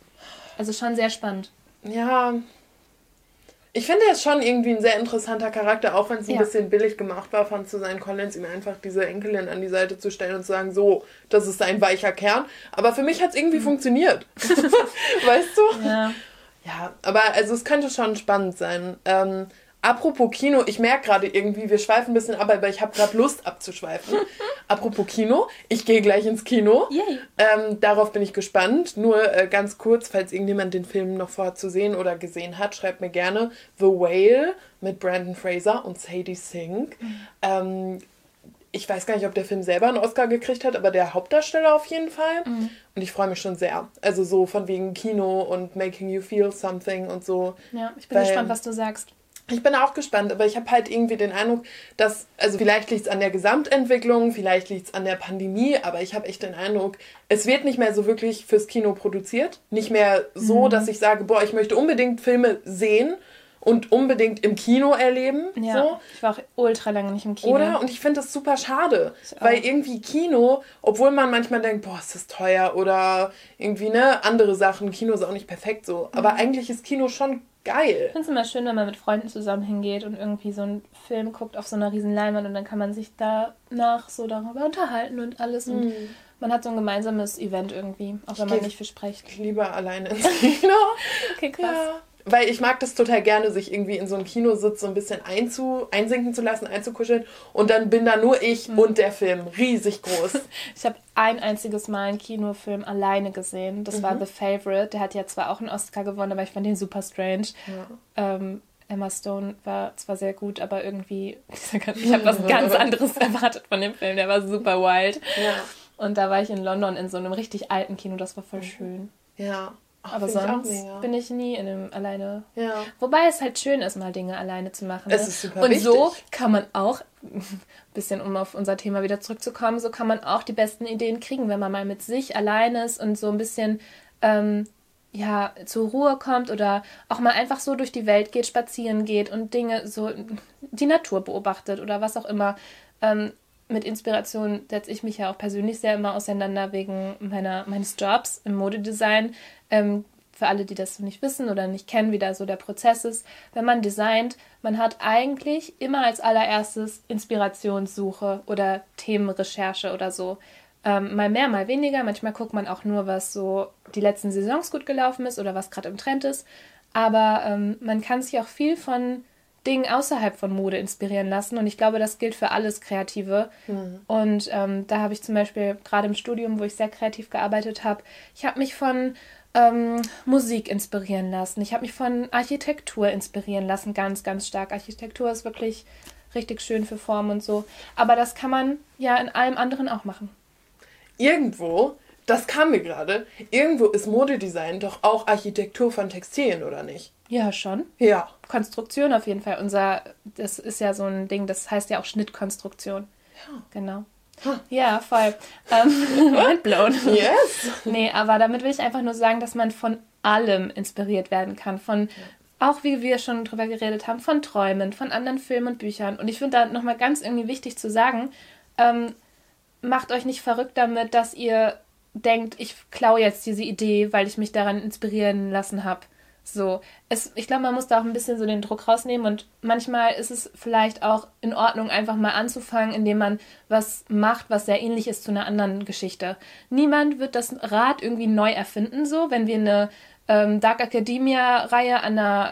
Also schon sehr spannend. Ja, ich finde, er ist schon irgendwie ein sehr interessanter Charakter, auch wenn es ein ja. bisschen billig gemacht war von Suzanne Collins, ihm einfach diese Enkelin an die Seite zu stellen und zu sagen, so, das ist ein weicher Kern. Aber für mich hat es irgendwie mhm. funktioniert. Weißt du? Ja. Ja, aber also es könnte schon spannend sein. Ähm, apropos Kino, ich merke gerade irgendwie, wir schweifen ein bisschen ab, aber ich habe gerade Lust abzuschweifen. Apropos Kino, ich gehe gleich ins Kino. Yay. Ähm, darauf bin ich gespannt. Nur äh, ganz kurz, falls irgendjemand den Film noch vorhat zu sehen oder gesehen hat, schreibt mir gerne The Whale mit Brandon Fraser und Sadie Sink. Mhm. Ähm, ich weiß gar nicht, ob der Film selber einen Oscar gekriegt hat, aber der Hauptdarsteller auf jeden Fall. Mhm. Und ich freue mich schon sehr. Also so von wegen Kino und Making You Feel Something und so. Ja, ich bin Weil, gespannt, was du sagst. Ich bin auch gespannt, aber ich habe halt irgendwie den Eindruck, dass, also vielleicht liegt es an der Gesamtentwicklung, vielleicht liegt es an der Pandemie, aber ich habe echt den Eindruck, es wird nicht mehr so wirklich fürs Kino produziert. Nicht mehr so, mhm. dass ich sage, boah, ich möchte unbedingt Filme sehen und unbedingt im Kino erleben. Ja, so. Ich war auch ultra lange nicht im Kino. Oder? Und ich finde das super schade, weil irgendwie Kino, obwohl man manchmal denkt, boah, ist das teuer oder irgendwie, ne, andere Sachen, Kino ist auch nicht perfekt so, aber mhm. eigentlich ist Kino schon geil. Ich finde es immer schön, wenn man mit Freunden zusammen hingeht und irgendwie so einen Film guckt auf so einer riesen Leinwand und dann kann man sich danach so darüber unterhalten und alles und mhm. man hat so ein gemeinsames Event irgendwie, auch wenn ich man nicht verspricht. Ich lieber alleine ins Kino. Okay, krass. Ja. Weil ich mag das total gerne, sich irgendwie in so einen Kinositz so ein bisschen einzu, einsinken zu lassen, einzukuscheln. Und dann bin da nur ich mhm. und der Film. Riesig groß. Ich habe ein einziges Mal einen Kinofilm alleine gesehen. Das mhm. war The Favourite. Der hat ja zwar auch einen Oscar gewonnen, aber ich fand den super strange. Ja. Ähm, Emma Stone war zwar sehr gut, aber irgendwie, ich habe was ganz anderes erwartet von dem Film. Der war super wild. Ja. Und da war ich in London in so einem richtig alten Kino. Das war voll schön. Ja. Ach, aber sonst ich bin ich nie in einem alleine. Ja. Wobei es halt schön ist, mal Dinge alleine zu machen. Es ne? ist super Und wichtig. so kann man auch, ein bisschen um auf unser Thema wieder zurückzukommen, so kann man auch die besten Ideen kriegen, wenn man mal mit sich alleine ist und so ein bisschen ähm, ja, zur Ruhe kommt oder auch mal einfach so durch die Welt geht, spazieren geht und Dinge so, die Natur beobachtet oder was auch immer. Ähm, Mit Inspiration setze ich mich ja auch persönlich sehr immer auseinander wegen meiner, meines Jobs im Modedesign. Ähm, für alle, die das so nicht wissen oder nicht kennen, wie da so der Prozess ist. Wenn man designt, man hat eigentlich immer als allererstes Inspirationssuche oder Themenrecherche oder so. Ähm, mal mehr, mal weniger. Manchmal guckt man auch nur, was so die letzten Saisons gut gelaufen ist oder was gerade im Trend ist. Aber ähm, man kann sich auch viel von Dingen außerhalb von Mode inspirieren lassen. Und ich glaube, das gilt für alles Kreative. Mhm. Und ähm, da habe ich zum Beispiel gerade im Studium, wo ich sehr kreativ gearbeitet habe, ich habe mich von ähm, Musik inspirieren lassen. Ich habe mich von Architektur inspirieren lassen, ganz, ganz stark. Architektur ist wirklich richtig schön für Form und so. Aber das kann man ja in allem anderen auch machen. Irgendwo, das kam mir gerade, irgendwo ist Modedesign doch auch Architektur von Textilien, oder nicht? Ja, schon. Ja. Konstruktion auf jeden Fall. Unser, das ist ja so ein Ding, das heißt ja auch Schnittkonstruktion. Ja. Genau. Huh. Ja, voll. Ähm, mindblown. Yes. Nee, aber damit will ich einfach nur sagen, dass man von allem inspiriert werden kann. Von, ja. auch wie wir schon drüber geredet haben, von Träumen, von anderen Filmen und Büchern. Und ich finde da nochmal ganz irgendwie wichtig zu sagen, ähm, macht euch nicht verrückt damit, dass ihr denkt, ich klaue jetzt diese Idee, weil ich mich daran inspirieren lassen habe. So, es, ich glaube, man muss da auch ein bisschen so den Druck rausnehmen und manchmal ist es vielleicht auch in Ordnung, einfach mal anzufangen, indem man was macht, was sehr ähnlich ist zu einer anderen Geschichte. Niemand wird das Rad irgendwie neu erfinden, so, wenn wir eine ähm, Dark Academia-Reihe an einer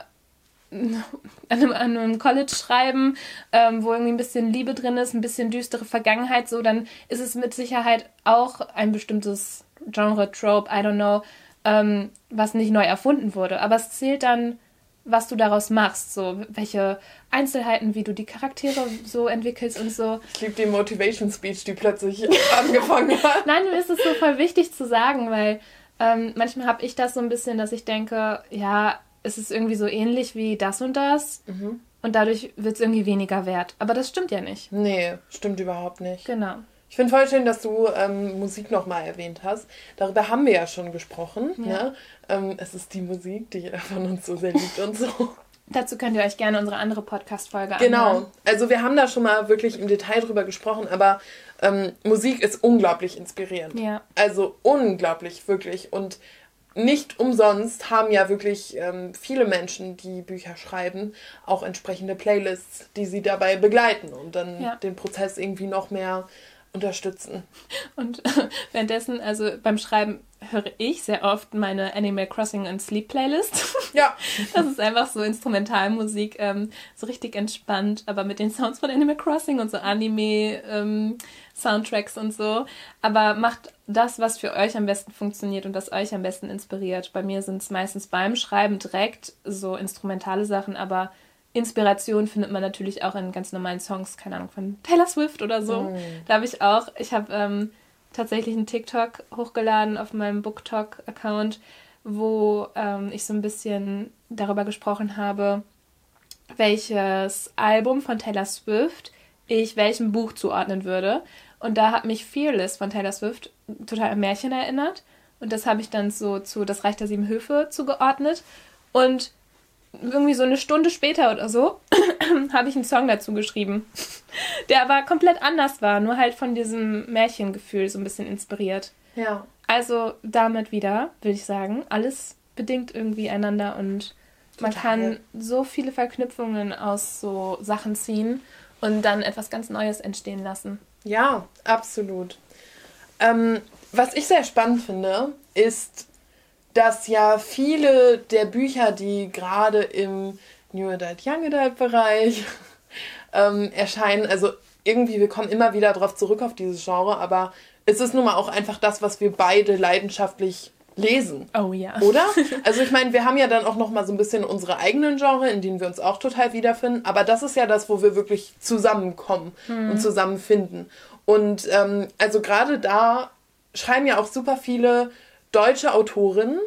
an einem, an einem College schreiben, ähm, wo irgendwie ein bisschen Liebe drin ist, ein bisschen düstere Vergangenheit, so, dann ist es mit Sicherheit auch ein bestimmtes Genre, Trope, I don't know, ähm, was nicht neu erfunden wurde. Aber es zählt dann, was du daraus machst, so, welche Einzelheiten, wie du die Charaktere so entwickelst und so. Ich liebe die Motivation Speech, die plötzlich angefangen hat. Nein, mir ist es so voll wichtig zu sagen, weil ähm, manchmal habe ich das so ein bisschen, dass ich denke, ja, es ist irgendwie so ähnlich wie das und das mhm. und dadurch wird es irgendwie weniger wert. Aber das stimmt ja nicht. Nee, stimmt überhaupt nicht. Genau. Ich finde voll schön, dass du ähm, Musik nochmal erwähnt hast. Darüber haben wir ja schon gesprochen. Ja. Ne? Ähm, es ist die Musik, die jeder von uns so sehr liebt und so. Dazu könnt ihr euch gerne unsere andere Podcast-Folge anhören. Genau. Also wir haben da schon mal wirklich im Detail drüber gesprochen, aber ähm, Musik ist unglaublich inspirierend. Ja. Also unglaublich, wirklich. Und nicht umsonst haben ja wirklich ähm, viele Menschen, die Bücher schreiben, auch entsprechende Playlists, die sie dabei begleiten und dann ja. den Prozess irgendwie noch mehr unterstützen. Und währenddessen, also beim Schreiben höre ich sehr oft meine Animal Crossing and Sleep Playlist. Ja. Das ist einfach so Instrumentalmusik, ähm, so richtig entspannt, aber mit den Sounds von Animal Crossing und so Anime ähm, Soundtracks und so. Aber macht das, was für euch am besten funktioniert und was euch am besten inspiriert. Bei mir sind es meistens beim Schreiben direkt so instrumentale Sachen, aber Inspiration findet man natürlich auch in ganz normalen Songs, keine Ahnung, von Taylor Swift oder so. Mm. Da habe ich auch, ich habe ähm, tatsächlich einen TikTok hochgeladen auf meinem BookTok-Account, wo ähm, ich so ein bisschen darüber gesprochen habe, welches Album von Taylor Swift ich welchem Buch zuordnen würde. Und da hat mich Fearless von Taylor Swift total an Märchen erinnert. Und das habe ich dann so zu Das Reich der Sieben Höfe zugeordnet. Und irgendwie so eine Stunde später oder so, habe ich einen Song dazu geschrieben, der aber komplett anders war, nur halt von diesem Märchengefühl so ein bisschen inspiriert. Ja. Also damit wieder, würde ich sagen, alles bedingt irgendwie einander und man Total. kann so viele Verknüpfungen aus so Sachen ziehen und dann etwas ganz Neues entstehen lassen. Ja, absolut. Ähm, was ich sehr spannend finde, ist, dass ja viele der Bücher, die gerade im New Adult, Young Adult Bereich ähm, erscheinen, also irgendwie, wir kommen immer wieder drauf zurück auf dieses Genre, aber es ist nun mal auch einfach das, was wir beide leidenschaftlich lesen. Oh ja. Oder? Also ich meine, wir haben ja dann auch noch mal so ein bisschen unsere eigenen Genre, in denen wir uns auch total wiederfinden, aber das ist ja das, wo wir wirklich zusammenkommen hm. und zusammenfinden. Und ähm, also gerade da schreiben ja auch super viele deutsche Autorinnen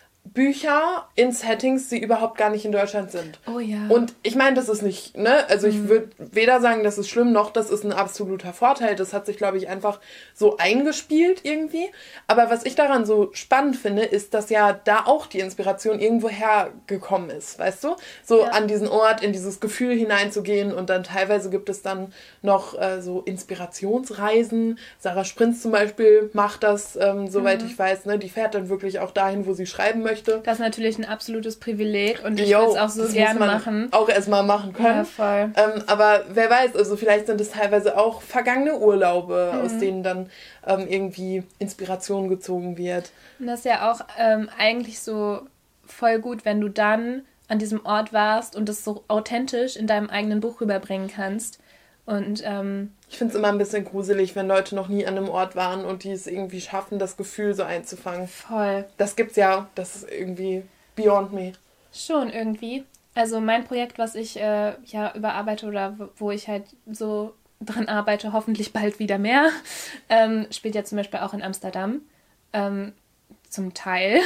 Bücher in Settings, die überhaupt gar nicht in Deutschland sind. Oh ja. Und ich meine, das ist nicht, ne, also ich würde weder sagen, das ist schlimm, noch das ist ein absoluter Vorteil. Das hat sich, glaube ich, einfach so eingespielt irgendwie. Aber was ich daran so spannend finde, ist, dass ja da auch die Inspiration irgendwo hergekommen ist, weißt du? So ja. an diesen Ort, in dieses Gefühl hineinzugehen und dann teilweise gibt es dann noch äh, so Inspirationsreisen. Sarah Sprintz zum Beispiel macht das, ähm, soweit mhm. ich weiß, ne, die fährt dann wirklich auch dahin, wo sie schreiben möchte. Das ist natürlich ein absolutes Privileg und ich will es auch so gerne machen. Auch erstmal machen können. Ja, voll. Ähm, aber wer weiß, also vielleicht sind es teilweise auch vergangene Urlaube, mhm. aus denen dann ähm, irgendwie Inspiration gezogen wird. Und das ist ja auch ähm, eigentlich so voll gut, wenn du dann an diesem Ort warst und das so authentisch in deinem eigenen Buch rüberbringen kannst. Und ähm, ich finde es immer ein bisschen gruselig, wenn Leute noch nie an einem Ort waren und die es irgendwie schaffen, das Gefühl so einzufangen. Voll. Das gibt's ja, das ist irgendwie beyond me. Schon irgendwie. Also mein Projekt, was ich äh, ja überarbeite oder wo ich halt so dran arbeite, hoffentlich bald wieder mehr, ähm, spielt ja zum Beispiel auch in Amsterdam. Ähm, zum Teil.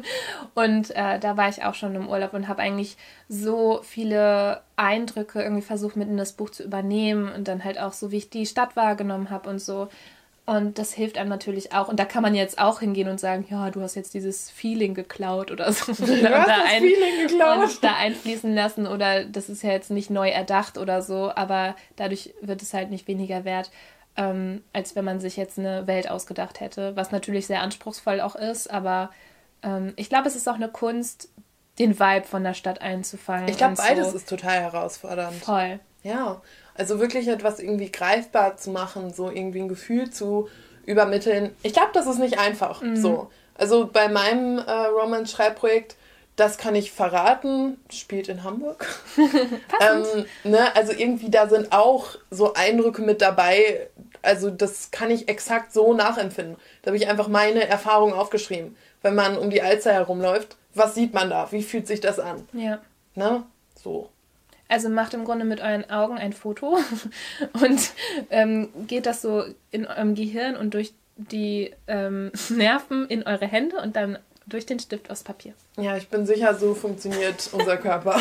Und äh, da war ich auch schon im Urlaub und habe eigentlich so viele Eindrücke irgendwie versucht, mit in das Buch zu übernehmen und dann halt auch so, wie ich die Stadt wahrgenommen habe und so. Und das hilft einem natürlich auch. Und da kann man jetzt auch hingehen und sagen, ja, du hast jetzt dieses Feeling geklaut oder so. Du hast da das ein, Feeling geklaut. Und da einfließen lassen oder das ist ja jetzt nicht neu erdacht oder so, aber dadurch wird es halt nicht weniger wert. Ähm, als wenn man sich jetzt eine Welt ausgedacht hätte, was natürlich sehr anspruchsvoll auch ist, aber ähm, ich glaube, es ist auch eine Kunst, den Vibe von der Stadt einzufangen. Ich glaube, beides so. Ist total herausfordernd. Voll. Ja, also wirklich etwas irgendwie greifbar zu machen, so irgendwie ein Gefühl zu übermitteln. Ich glaube, das ist nicht einfach mhm. so. Also bei meinem äh, Romance-Schreibprojekt, das kann ich verraten, spielt in Hamburg. ähm, ne, also irgendwie da sind auch so Eindrücke mit dabei, also das kann ich exakt so nachempfinden. Da habe ich einfach meine Erfahrung aufgeschrieben. Wenn man um die Alster herumläuft, was sieht man da? Wie fühlt sich das an? Ja. Ne? So. Also macht im Grunde mit euren Augen ein Foto und ähm, geht das so in eurem Gehirn und durch die ähm, Nerven in eure Hände und dann durch den Stift aufs Papier. Ja, ich bin sicher, so funktioniert unser Körper.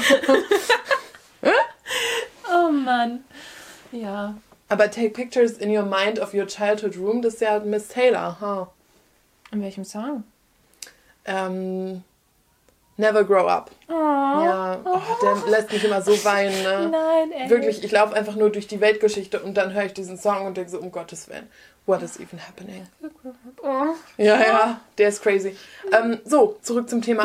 Oh Mann. Ja. Aber take pictures in your mind of your childhood room, das ist ja Miss Taylor, huh? In welchem Song? Ähm, Never Grow Up. Oh. Ja, oh, der lässt mich immer so weinen, ne? Nein, ey. Wirklich, ich laufe einfach nur durch die Weltgeschichte und dann höre ich diesen Song und denke so, um Gottes Willen, what is even happening? Oh. Ja, ja, der ist crazy. Ähm, so, zurück zum Thema.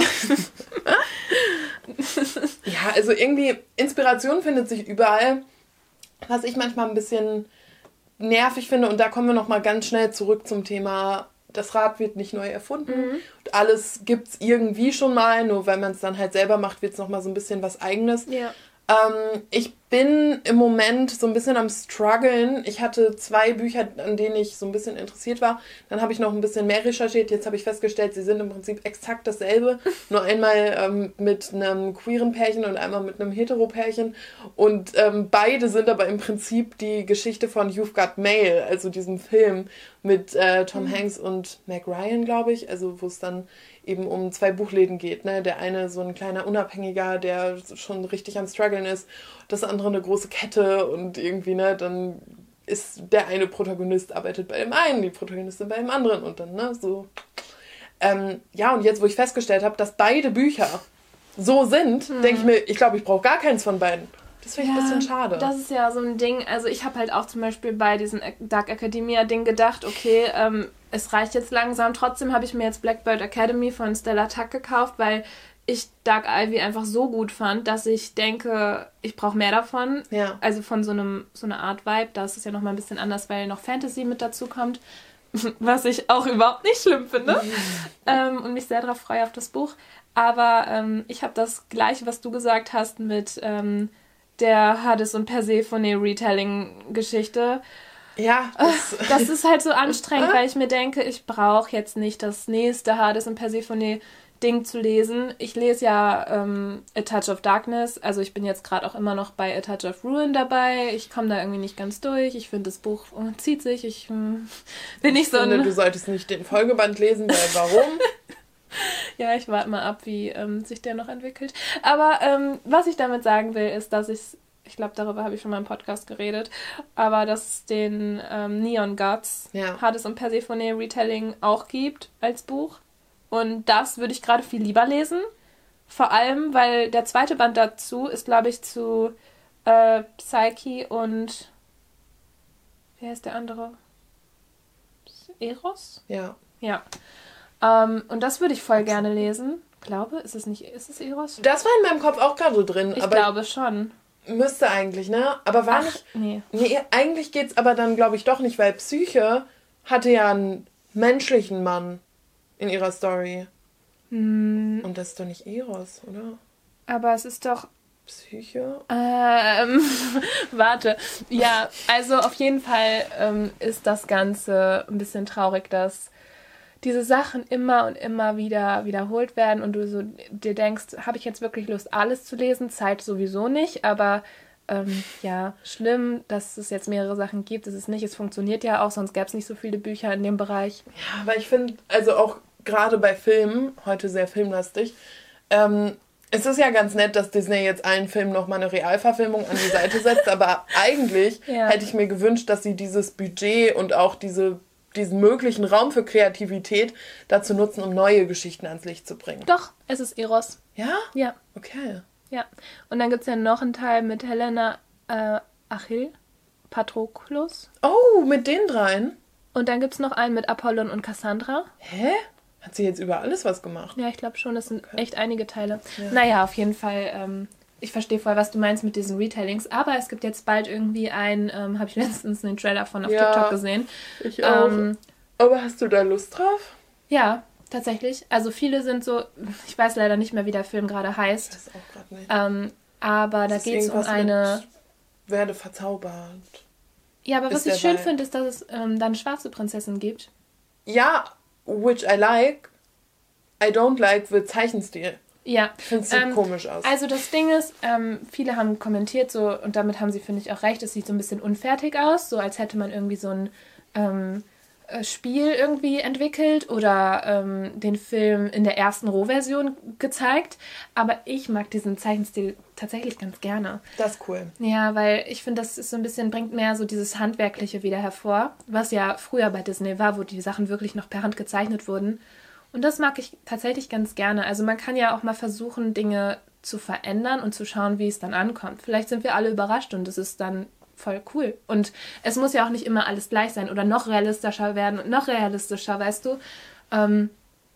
Ja, also irgendwie, Inspiration findet sich überall. Was ich manchmal ein bisschen nervig finde, und da kommen wir nochmal ganz schnell zurück zum Thema, das Rad wird nicht neu erfunden. Mhm. Und alles gibt's irgendwie schon mal, nur weil man es dann halt selber macht, wird es nochmal so ein bisschen was Eigenes. Ja. Ähm, ich bin im Moment so ein bisschen am struggeln. Ich hatte zwei Bücher, an denen ich so ein bisschen interessiert war. Dann habe ich noch ein bisschen mehr recherchiert. Jetzt habe ich festgestellt, sie sind im Prinzip exakt dasselbe. Nur einmal ähm, mit einem queeren Pärchen und einmal mit einem hetero-Pärchen. Und ähm, beide sind aber im Prinzip die Geschichte von You've Got Mail, also diesem Film mit äh, Tom mhm. Hanks und Meg Ryan, glaube ich. Also wo es dann eben um zwei Buchläden geht. Ne? Der eine so ein kleiner Unabhängiger, der schon richtig am Struggeln ist. Das andere eine große Kette und irgendwie, ne, dann ist der eine Protagonist arbeitet bei dem einen, die Protagonistin bei dem anderen und dann, ne, so. Ähm, ja, und jetzt, wo ich festgestellt habe, dass beide Bücher so sind, hm. denke ich mir, ich glaube, ich brauche gar keins von beiden. Das finde ich ja, ein bisschen schade. Das ist ja so ein Ding, also ich habe halt auch zum Beispiel bei diesem Dark Academia-Ding gedacht, okay, ähm, es reicht jetzt langsam. Trotzdem habe ich mir jetzt Blackbird Academy von Stella Tuck gekauft, weil ich Dark Ivy einfach so gut fand, dass ich denke, ich brauche mehr davon. Ja. Also von so einem so einer Art Vibe. Da ist es ja nochmal ein bisschen anders, weil noch Fantasy mit dazu kommt. Was ich auch überhaupt nicht schlimm finde. Mhm. Ähm, und mich sehr darauf freue auf das Buch. Aber ähm, ich habe das Gleiche, was du gesagt hast mit ähm, der Hades und Persephone Retelling-Geschichte. Ja. Das, das ist halt so anstrengend, weil ich mir denke, ich brauche jetzt nicht das nächste Hades und Persephone Ding zu lesen. Ich lese ja ähm, A Touch of Darkness, also ich bin jetzt gerade auch immer noch bei A Touch of Ruin dabei. Ich komme da irgendwie nicht ganz durch. Ich finde, das Buch oh, zieht sich. Ich hm, bin nicht ich so finde, ein... du solltest nicht den Folgeband lesen, weil warum? Ja, ich warte mal ab, wie ähm, sich der noch entwickelt. Aber ähm, was ich damit sagen will, ist, dass ich, ich glaube, darüber habe ich schon mal im Podcast geredet, aber dass es den ähm, Neon Gods, ja. Hades und Persephone Retelling auch gibt als Buch. Und das würde ich gerade viel lieber lesen. Vor allem, weil der zweite Band dazu ist, glaube ich, zu äh, Psyche und... Wer ist der andere? Eros? Ja. Ja. Ähm, und das würde ich voll gerne lesen. Glaube, ist es nicht... Ist es Eros? Das war in meinem Kopf auch gerade drin. Ich aber glaube schon. Müsste eigentlich, ne? Aber war Ach, nicht... Nee. Nee, eigentlich geht's aber dann, glaube ich, doch nicht, weil Psyche hatte ja einen menschlichen Mann in ihrer Story. Hm, Und das ist doch nicht Eros, oder? aber es ist doch... Psyche? Ähm, warte. Ja, also auf jeden Fall ähm, ist das Ganze ein bisschen traurig, dass diese Sachen immer und immer wieder wiederholt werden und du so dir denkst, habe ich jetzt wirklich Lust, alles zu lesen? Zeit sowieso nicht, aber ähm, ja, schlimm, dass es jetzt mehrere Sachen gibt. Es ist nicht, es funktioniert ja auch, sonst gäbe es nicht so viele Bücher in dem Bereich. Ja, aber ich finde, also auch gerade bei Filmen, heute sehr filmlastig, ähm, es ist ja ganz nett, dass Disney jetzt allen Filmen nochmal eine Realverfilmung an die Seite setzt, aber eigentlich ja. hätte ich mir gewünscht, dass sie dieses Budget und auch diese, diesen möglichen Raum für Kreativität dazu nutzen, um neue Geschichten ans Licht zu bringen. Doch, es ist Eros. Ja? Ja. Okay. Ja. Und dann gibt es ja noch einen Teil mit Helena äh, Achill, Patroklos. Oh, mit den dreien? Und dann gibt es noch einen mit Apollon und Cassandra. Hä? Hat sie jetzt über alles was gemacht? Ja, ich glaube schon, das sind Okay. echt einige Teile. Ja. Naja, auf jeden Fall, ähm, ich verstehe voll, was du meinst mit diesen Retellings, aber es gibt jetzt bald irgendwie ein, ähm, habe ich letztens einen Trailer von auf Ja, TikTok gesehen. Ich auch. Ähm, Aber hast du da Lust drauf? ja, tatsächlich. Also viele sind so, ich weiß leider nicht mehr, wie der Film gerade Ich heißt, weiß auch gerade nicht. ähm, aber da Das ist geht es um irgendwas eine... mit Werde verzaubert. Ja, aber ist was ich der schön Vibe. finde, ist, dass es ähm, dann schwarze Prinzessin gibt. Ja, which I like. I don't like the Zeichenstil. Ja. Ich finde es sieht Ähm, komisch aus. Also das Ding ist, ähm, viele haben kommentiert so, und damit haben sie, finde ich, auch recht, es sieht so ein bisschen unfertig aus, so als hätte man irgendwie so ein ähm, äh, Spiel irgendwie entwickelt oder ähm, den Film in der ersten Rohversion gezeigt. Aber ich mag diesen Zeichenstil tatsächlich ganz gerne. Das ist cool. Ja, weil ich finde, das ist so ein bisschen, bringt mehr so dieses Handwerkliche wieder hervor, was ja früher bei Disney war, wo die Sachen wirklich noch per Hand gezeichnet wurden. Und das mag ich tatsächlich ganz gerne. Also man kann ja auch mal versuchen, Dinge zu verändern und zu schauen, wie es dann ankommt. Vielleicht sind wir alle überrascht und es ist dann voll cool. Und es muss ja auch nicht immer alles gleich sein oder noch realistischer werden und noch realistischer, weißt du. Ähm,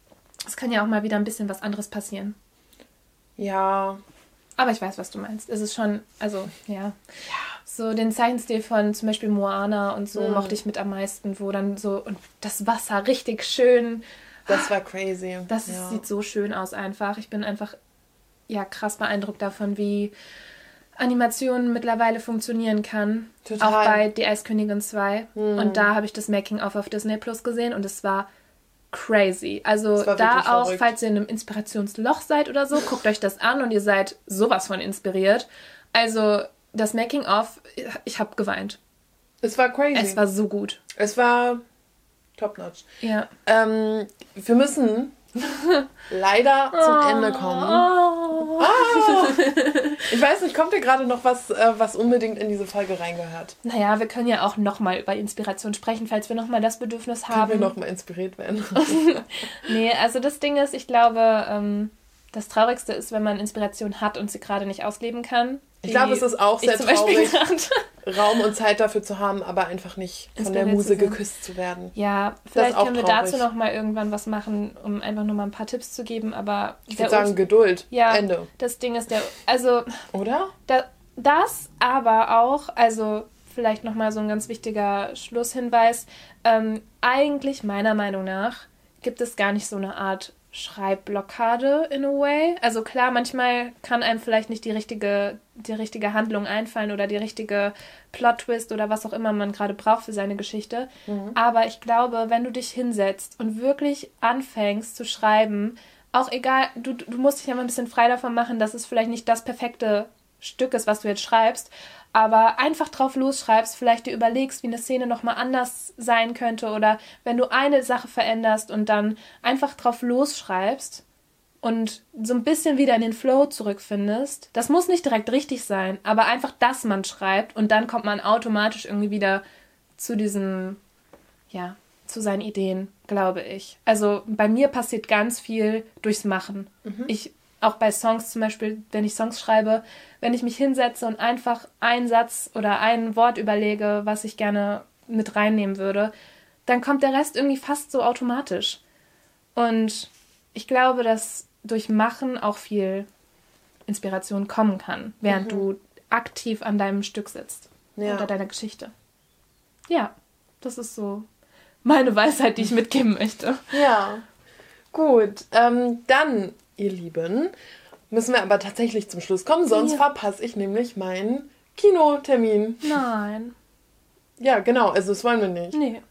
es kann ja auch mal wieder ein bisschen was anderes passieren. Ja. Aber ich weiß, was du meinst. Es ist schon, also, ja. So den Zeichenstil von zum Beispiel Moana und so Mhm. mochte ich mit am meisten, wo dann so, und das Wasser richtig schön... Das war crazy. Das ja. sieht so schön aus einfach. Ich bin einfach ja krass beeindruckt davon, wie Animation mittlerweile funktionieren kann. Total. Auch bei Die Eiskönigin zwei. Hm. Und da habe ich das Making-of auf Disney Plus gesehen und es war crazy. Also Das war da wirklich auch, verrückt. falls ihr in einem Inspirationsloch seid oder so, guckt euch das an und ihr seid sowas von inspiriert. Also das Making-of, ich habe geweint. Es war crazy. Es war so gut. Es war top-notch. Ja. Ähm, wir müssen leider zum Ende kommen. Oh. Ah! Ich weiß nicht, kommt dir gerade noch was, äh, was unbedingt in diese Folge reingehört? Naja, wir können ja auch nochmal über Inspiration sprechen, falls wir nochmal das Bedürfnis Können haben. wir nochmal inspiriert werden? Nee, also das Ding ist, ich glaube, ähm, das Traurigste ist, wenn man Inspiration hat und sie gerade nicht ausleben kann. Ich glaube, es ist auch sehr traurig, Raum und Zeit dafür zu haben, aber einfach nicht von der Muse geküsst zu werden. Ja, vielleicht können wir traurig. dazu noch mal irgendwann was machen, um einfach nur mal ein paar Tipps zu geben, aber... Ich würde sagen, Geduld. Ja, Ende. Das Ding ist der... Also... Oder? Da, das, aber auch, also vielleicht noch mal so ein ganz wichtiger Schlusshinweis, ähm, eigentlich meiner Meinung nach gibt es gar nicht so eine Art Schreibblockade in a way. Also klar, manchmal kann einem vielleicht nicht die richtige, die richtige Handlung einfallen oder die richtige Plot-Twist oder was auch immer man gerade braucht für seine Geschichte. Mhm. Aber ich glaube, wenn du dich hinsetzt und wirklich anfängst zu schreiben, auch egal, du, du musst dich ja mal ein bisschen frei davon machen, dass es vielleicht nicht das perfekte Stück ist, was du jetzt schreibst, aber einfach drauf losschreibst, vielleicht dir überlegst, wie eine Szene nochmal anders sein könnte oder wenn du eine Sache veränderst und dann einfach drauf losschreibst und so ein bisschen wieder in den Flow zurückfindest. Das muss nicht direkt richtig sein, aber einfach, dass man schreibt und dann kommt man automatisch irgendwie wieder zu diesem, ja, zu seinen Ideen, glaube ich. Also bei mir passiert ganz viel durchs Machen. Mhm. Ich Auch bei Songs zum Beispiel, wenn ich Songs schreibe, wenn ich mich hinsetze und einfach einen Satz oder ein Wort überlege, was ich gerne mit reinnehmen würde, dann kommt der Rest irgendwie fast so automatisch. Und ich glaube, dass durch Machen auch viel Inspiration kommen kann, während mhm. du aktiv an deinem Stück sitzt ja. oder deiner Geschichte. Ja, das ist so meine Weisheit, die ich mitgeben möchte. Ja, gut. Ähm, dann... Ihr Lieben, müssen wir aber tatsächlich zum Schluss kommen, sonst ja. verpasse ich nämlich meinen Kinotermin. Nein. Ja, genau, also das wollen wir nicht. Nee.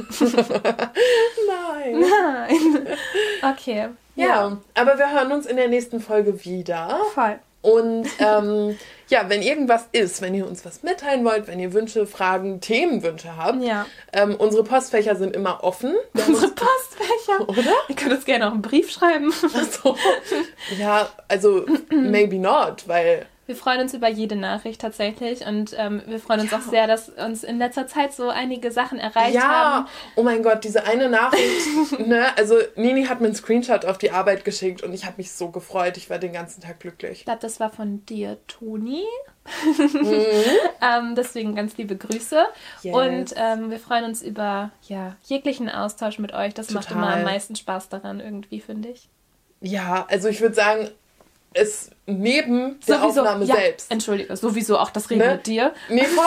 Nein. Nein. Okay. Ja, ja, aber wir hören uns in der nächsten Folge wieder. Voll. Und ähm, ja, wenn irgendwas ist, wenn ihr uns was mitteilen wollt, wenn ihr Wünsche, Fragen, Themenwünsche habt, ja. ähm, unsere Postfächer sind immer offen. Wir unsere Postfächer? Oder? Ihr könnt uns gerne auch einen Brief schreiben. Ach so. Ja, also maybe not, weil... Wir freuen uns über jede Nachricht tatsächlich und ähm, wir freuen uns ja. auch sehr, dass uns in letzter Zeit so einige Sachen erreicht ja. haben. Ja, oh mein Gott, diese eine Nachricht, ne, also Nini hat mir einen Screenshot auf die Arbeit geschickt und ich habe mich so gefreut, ich war den ganzen Tag glücklich. Ich glaube, das war von dir, Toni. Mhm. ähm, deswegen ganz liebe Grüße yes. und ähm, wir freuen uns über ja, jeglichen Austausch mit euch. Das Total. Macht immer am meisten Spaß daran irgendwie, finde ich. Ja, also ich würde sagen, es neben der sowieso, Aufnahme ja, selbst. Entschuldige, sowieso auch das Reden ne? mit dir. Nee, voll.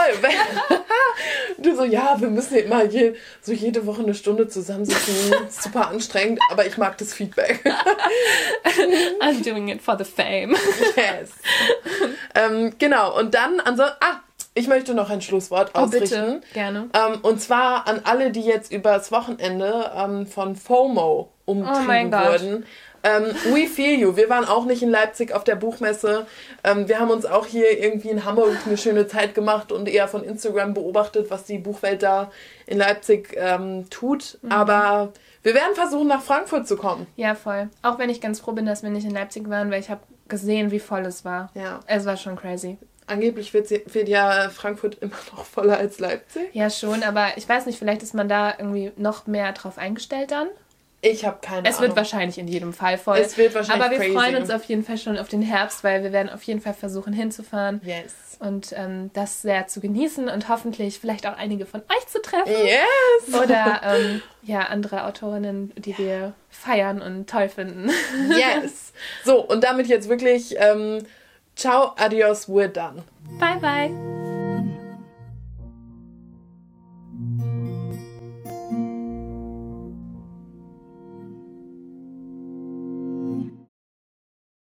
Du so, ja, wir müssen ja immer je, so jede Woche eine Stunde zusammensitzen. Super anstrengend, aber ich mag das Feedback. I'm doing it for the fame. Yes. ähm, genau, und dann, ansonsten, ah, ich möchte noch ein Schlusswort oh, ausrichten. Bitte, gerne. Ähm, und zwar an alle, die jetzt übers Wochenende ähm, von FOMO umtrieben oh wurden. Ähm, we feel you. Wir waren auch nicht in Leipzig auf der Buchmesse. Ähm, wir haben uns auch hier irgendwie in Hamburg eine schöne Zeit gemacht und eher von Instagram beobachtet, was die Buchwelt da in Leipzig ähm, tut. Mhm. Aber wir werden versuchen, nach Frankfurt zu kommen. Ja, voll. Auch wenn ich ganz froh bin, dass wir nicht in Leipzig waren, weil ich habe gesehen, wie voll es war. Ja. Es war schon crazy. Angeblich wird, wird ja Frankfurt immer noch voller als Leipzig. Ja, schon. Aber ich weiß nicht, vielleicht ist man da irgendwie noch mehr drauf eingestellt dann. Ich habe keine es Ahnung. Es wird wahrscheinlich in jedem Fall voll. Es wird wahrscheinlich Aber wir crazy. freuen uns auf jeden Fall schon auf den Herbst, weil wir werden auf jeden Fall versuchen hinzufahren. Yes. Und ähm, das sehr zu genießen und hoffentlich vielleicht auch einige von euch zu treffen. Yes. Oder ähm, ja, andere Autorinnen, die wir feiern und toll finden. Yes. So, und damit jetzt wirklich ähm, ciao, adios, we're done. Bye, bye.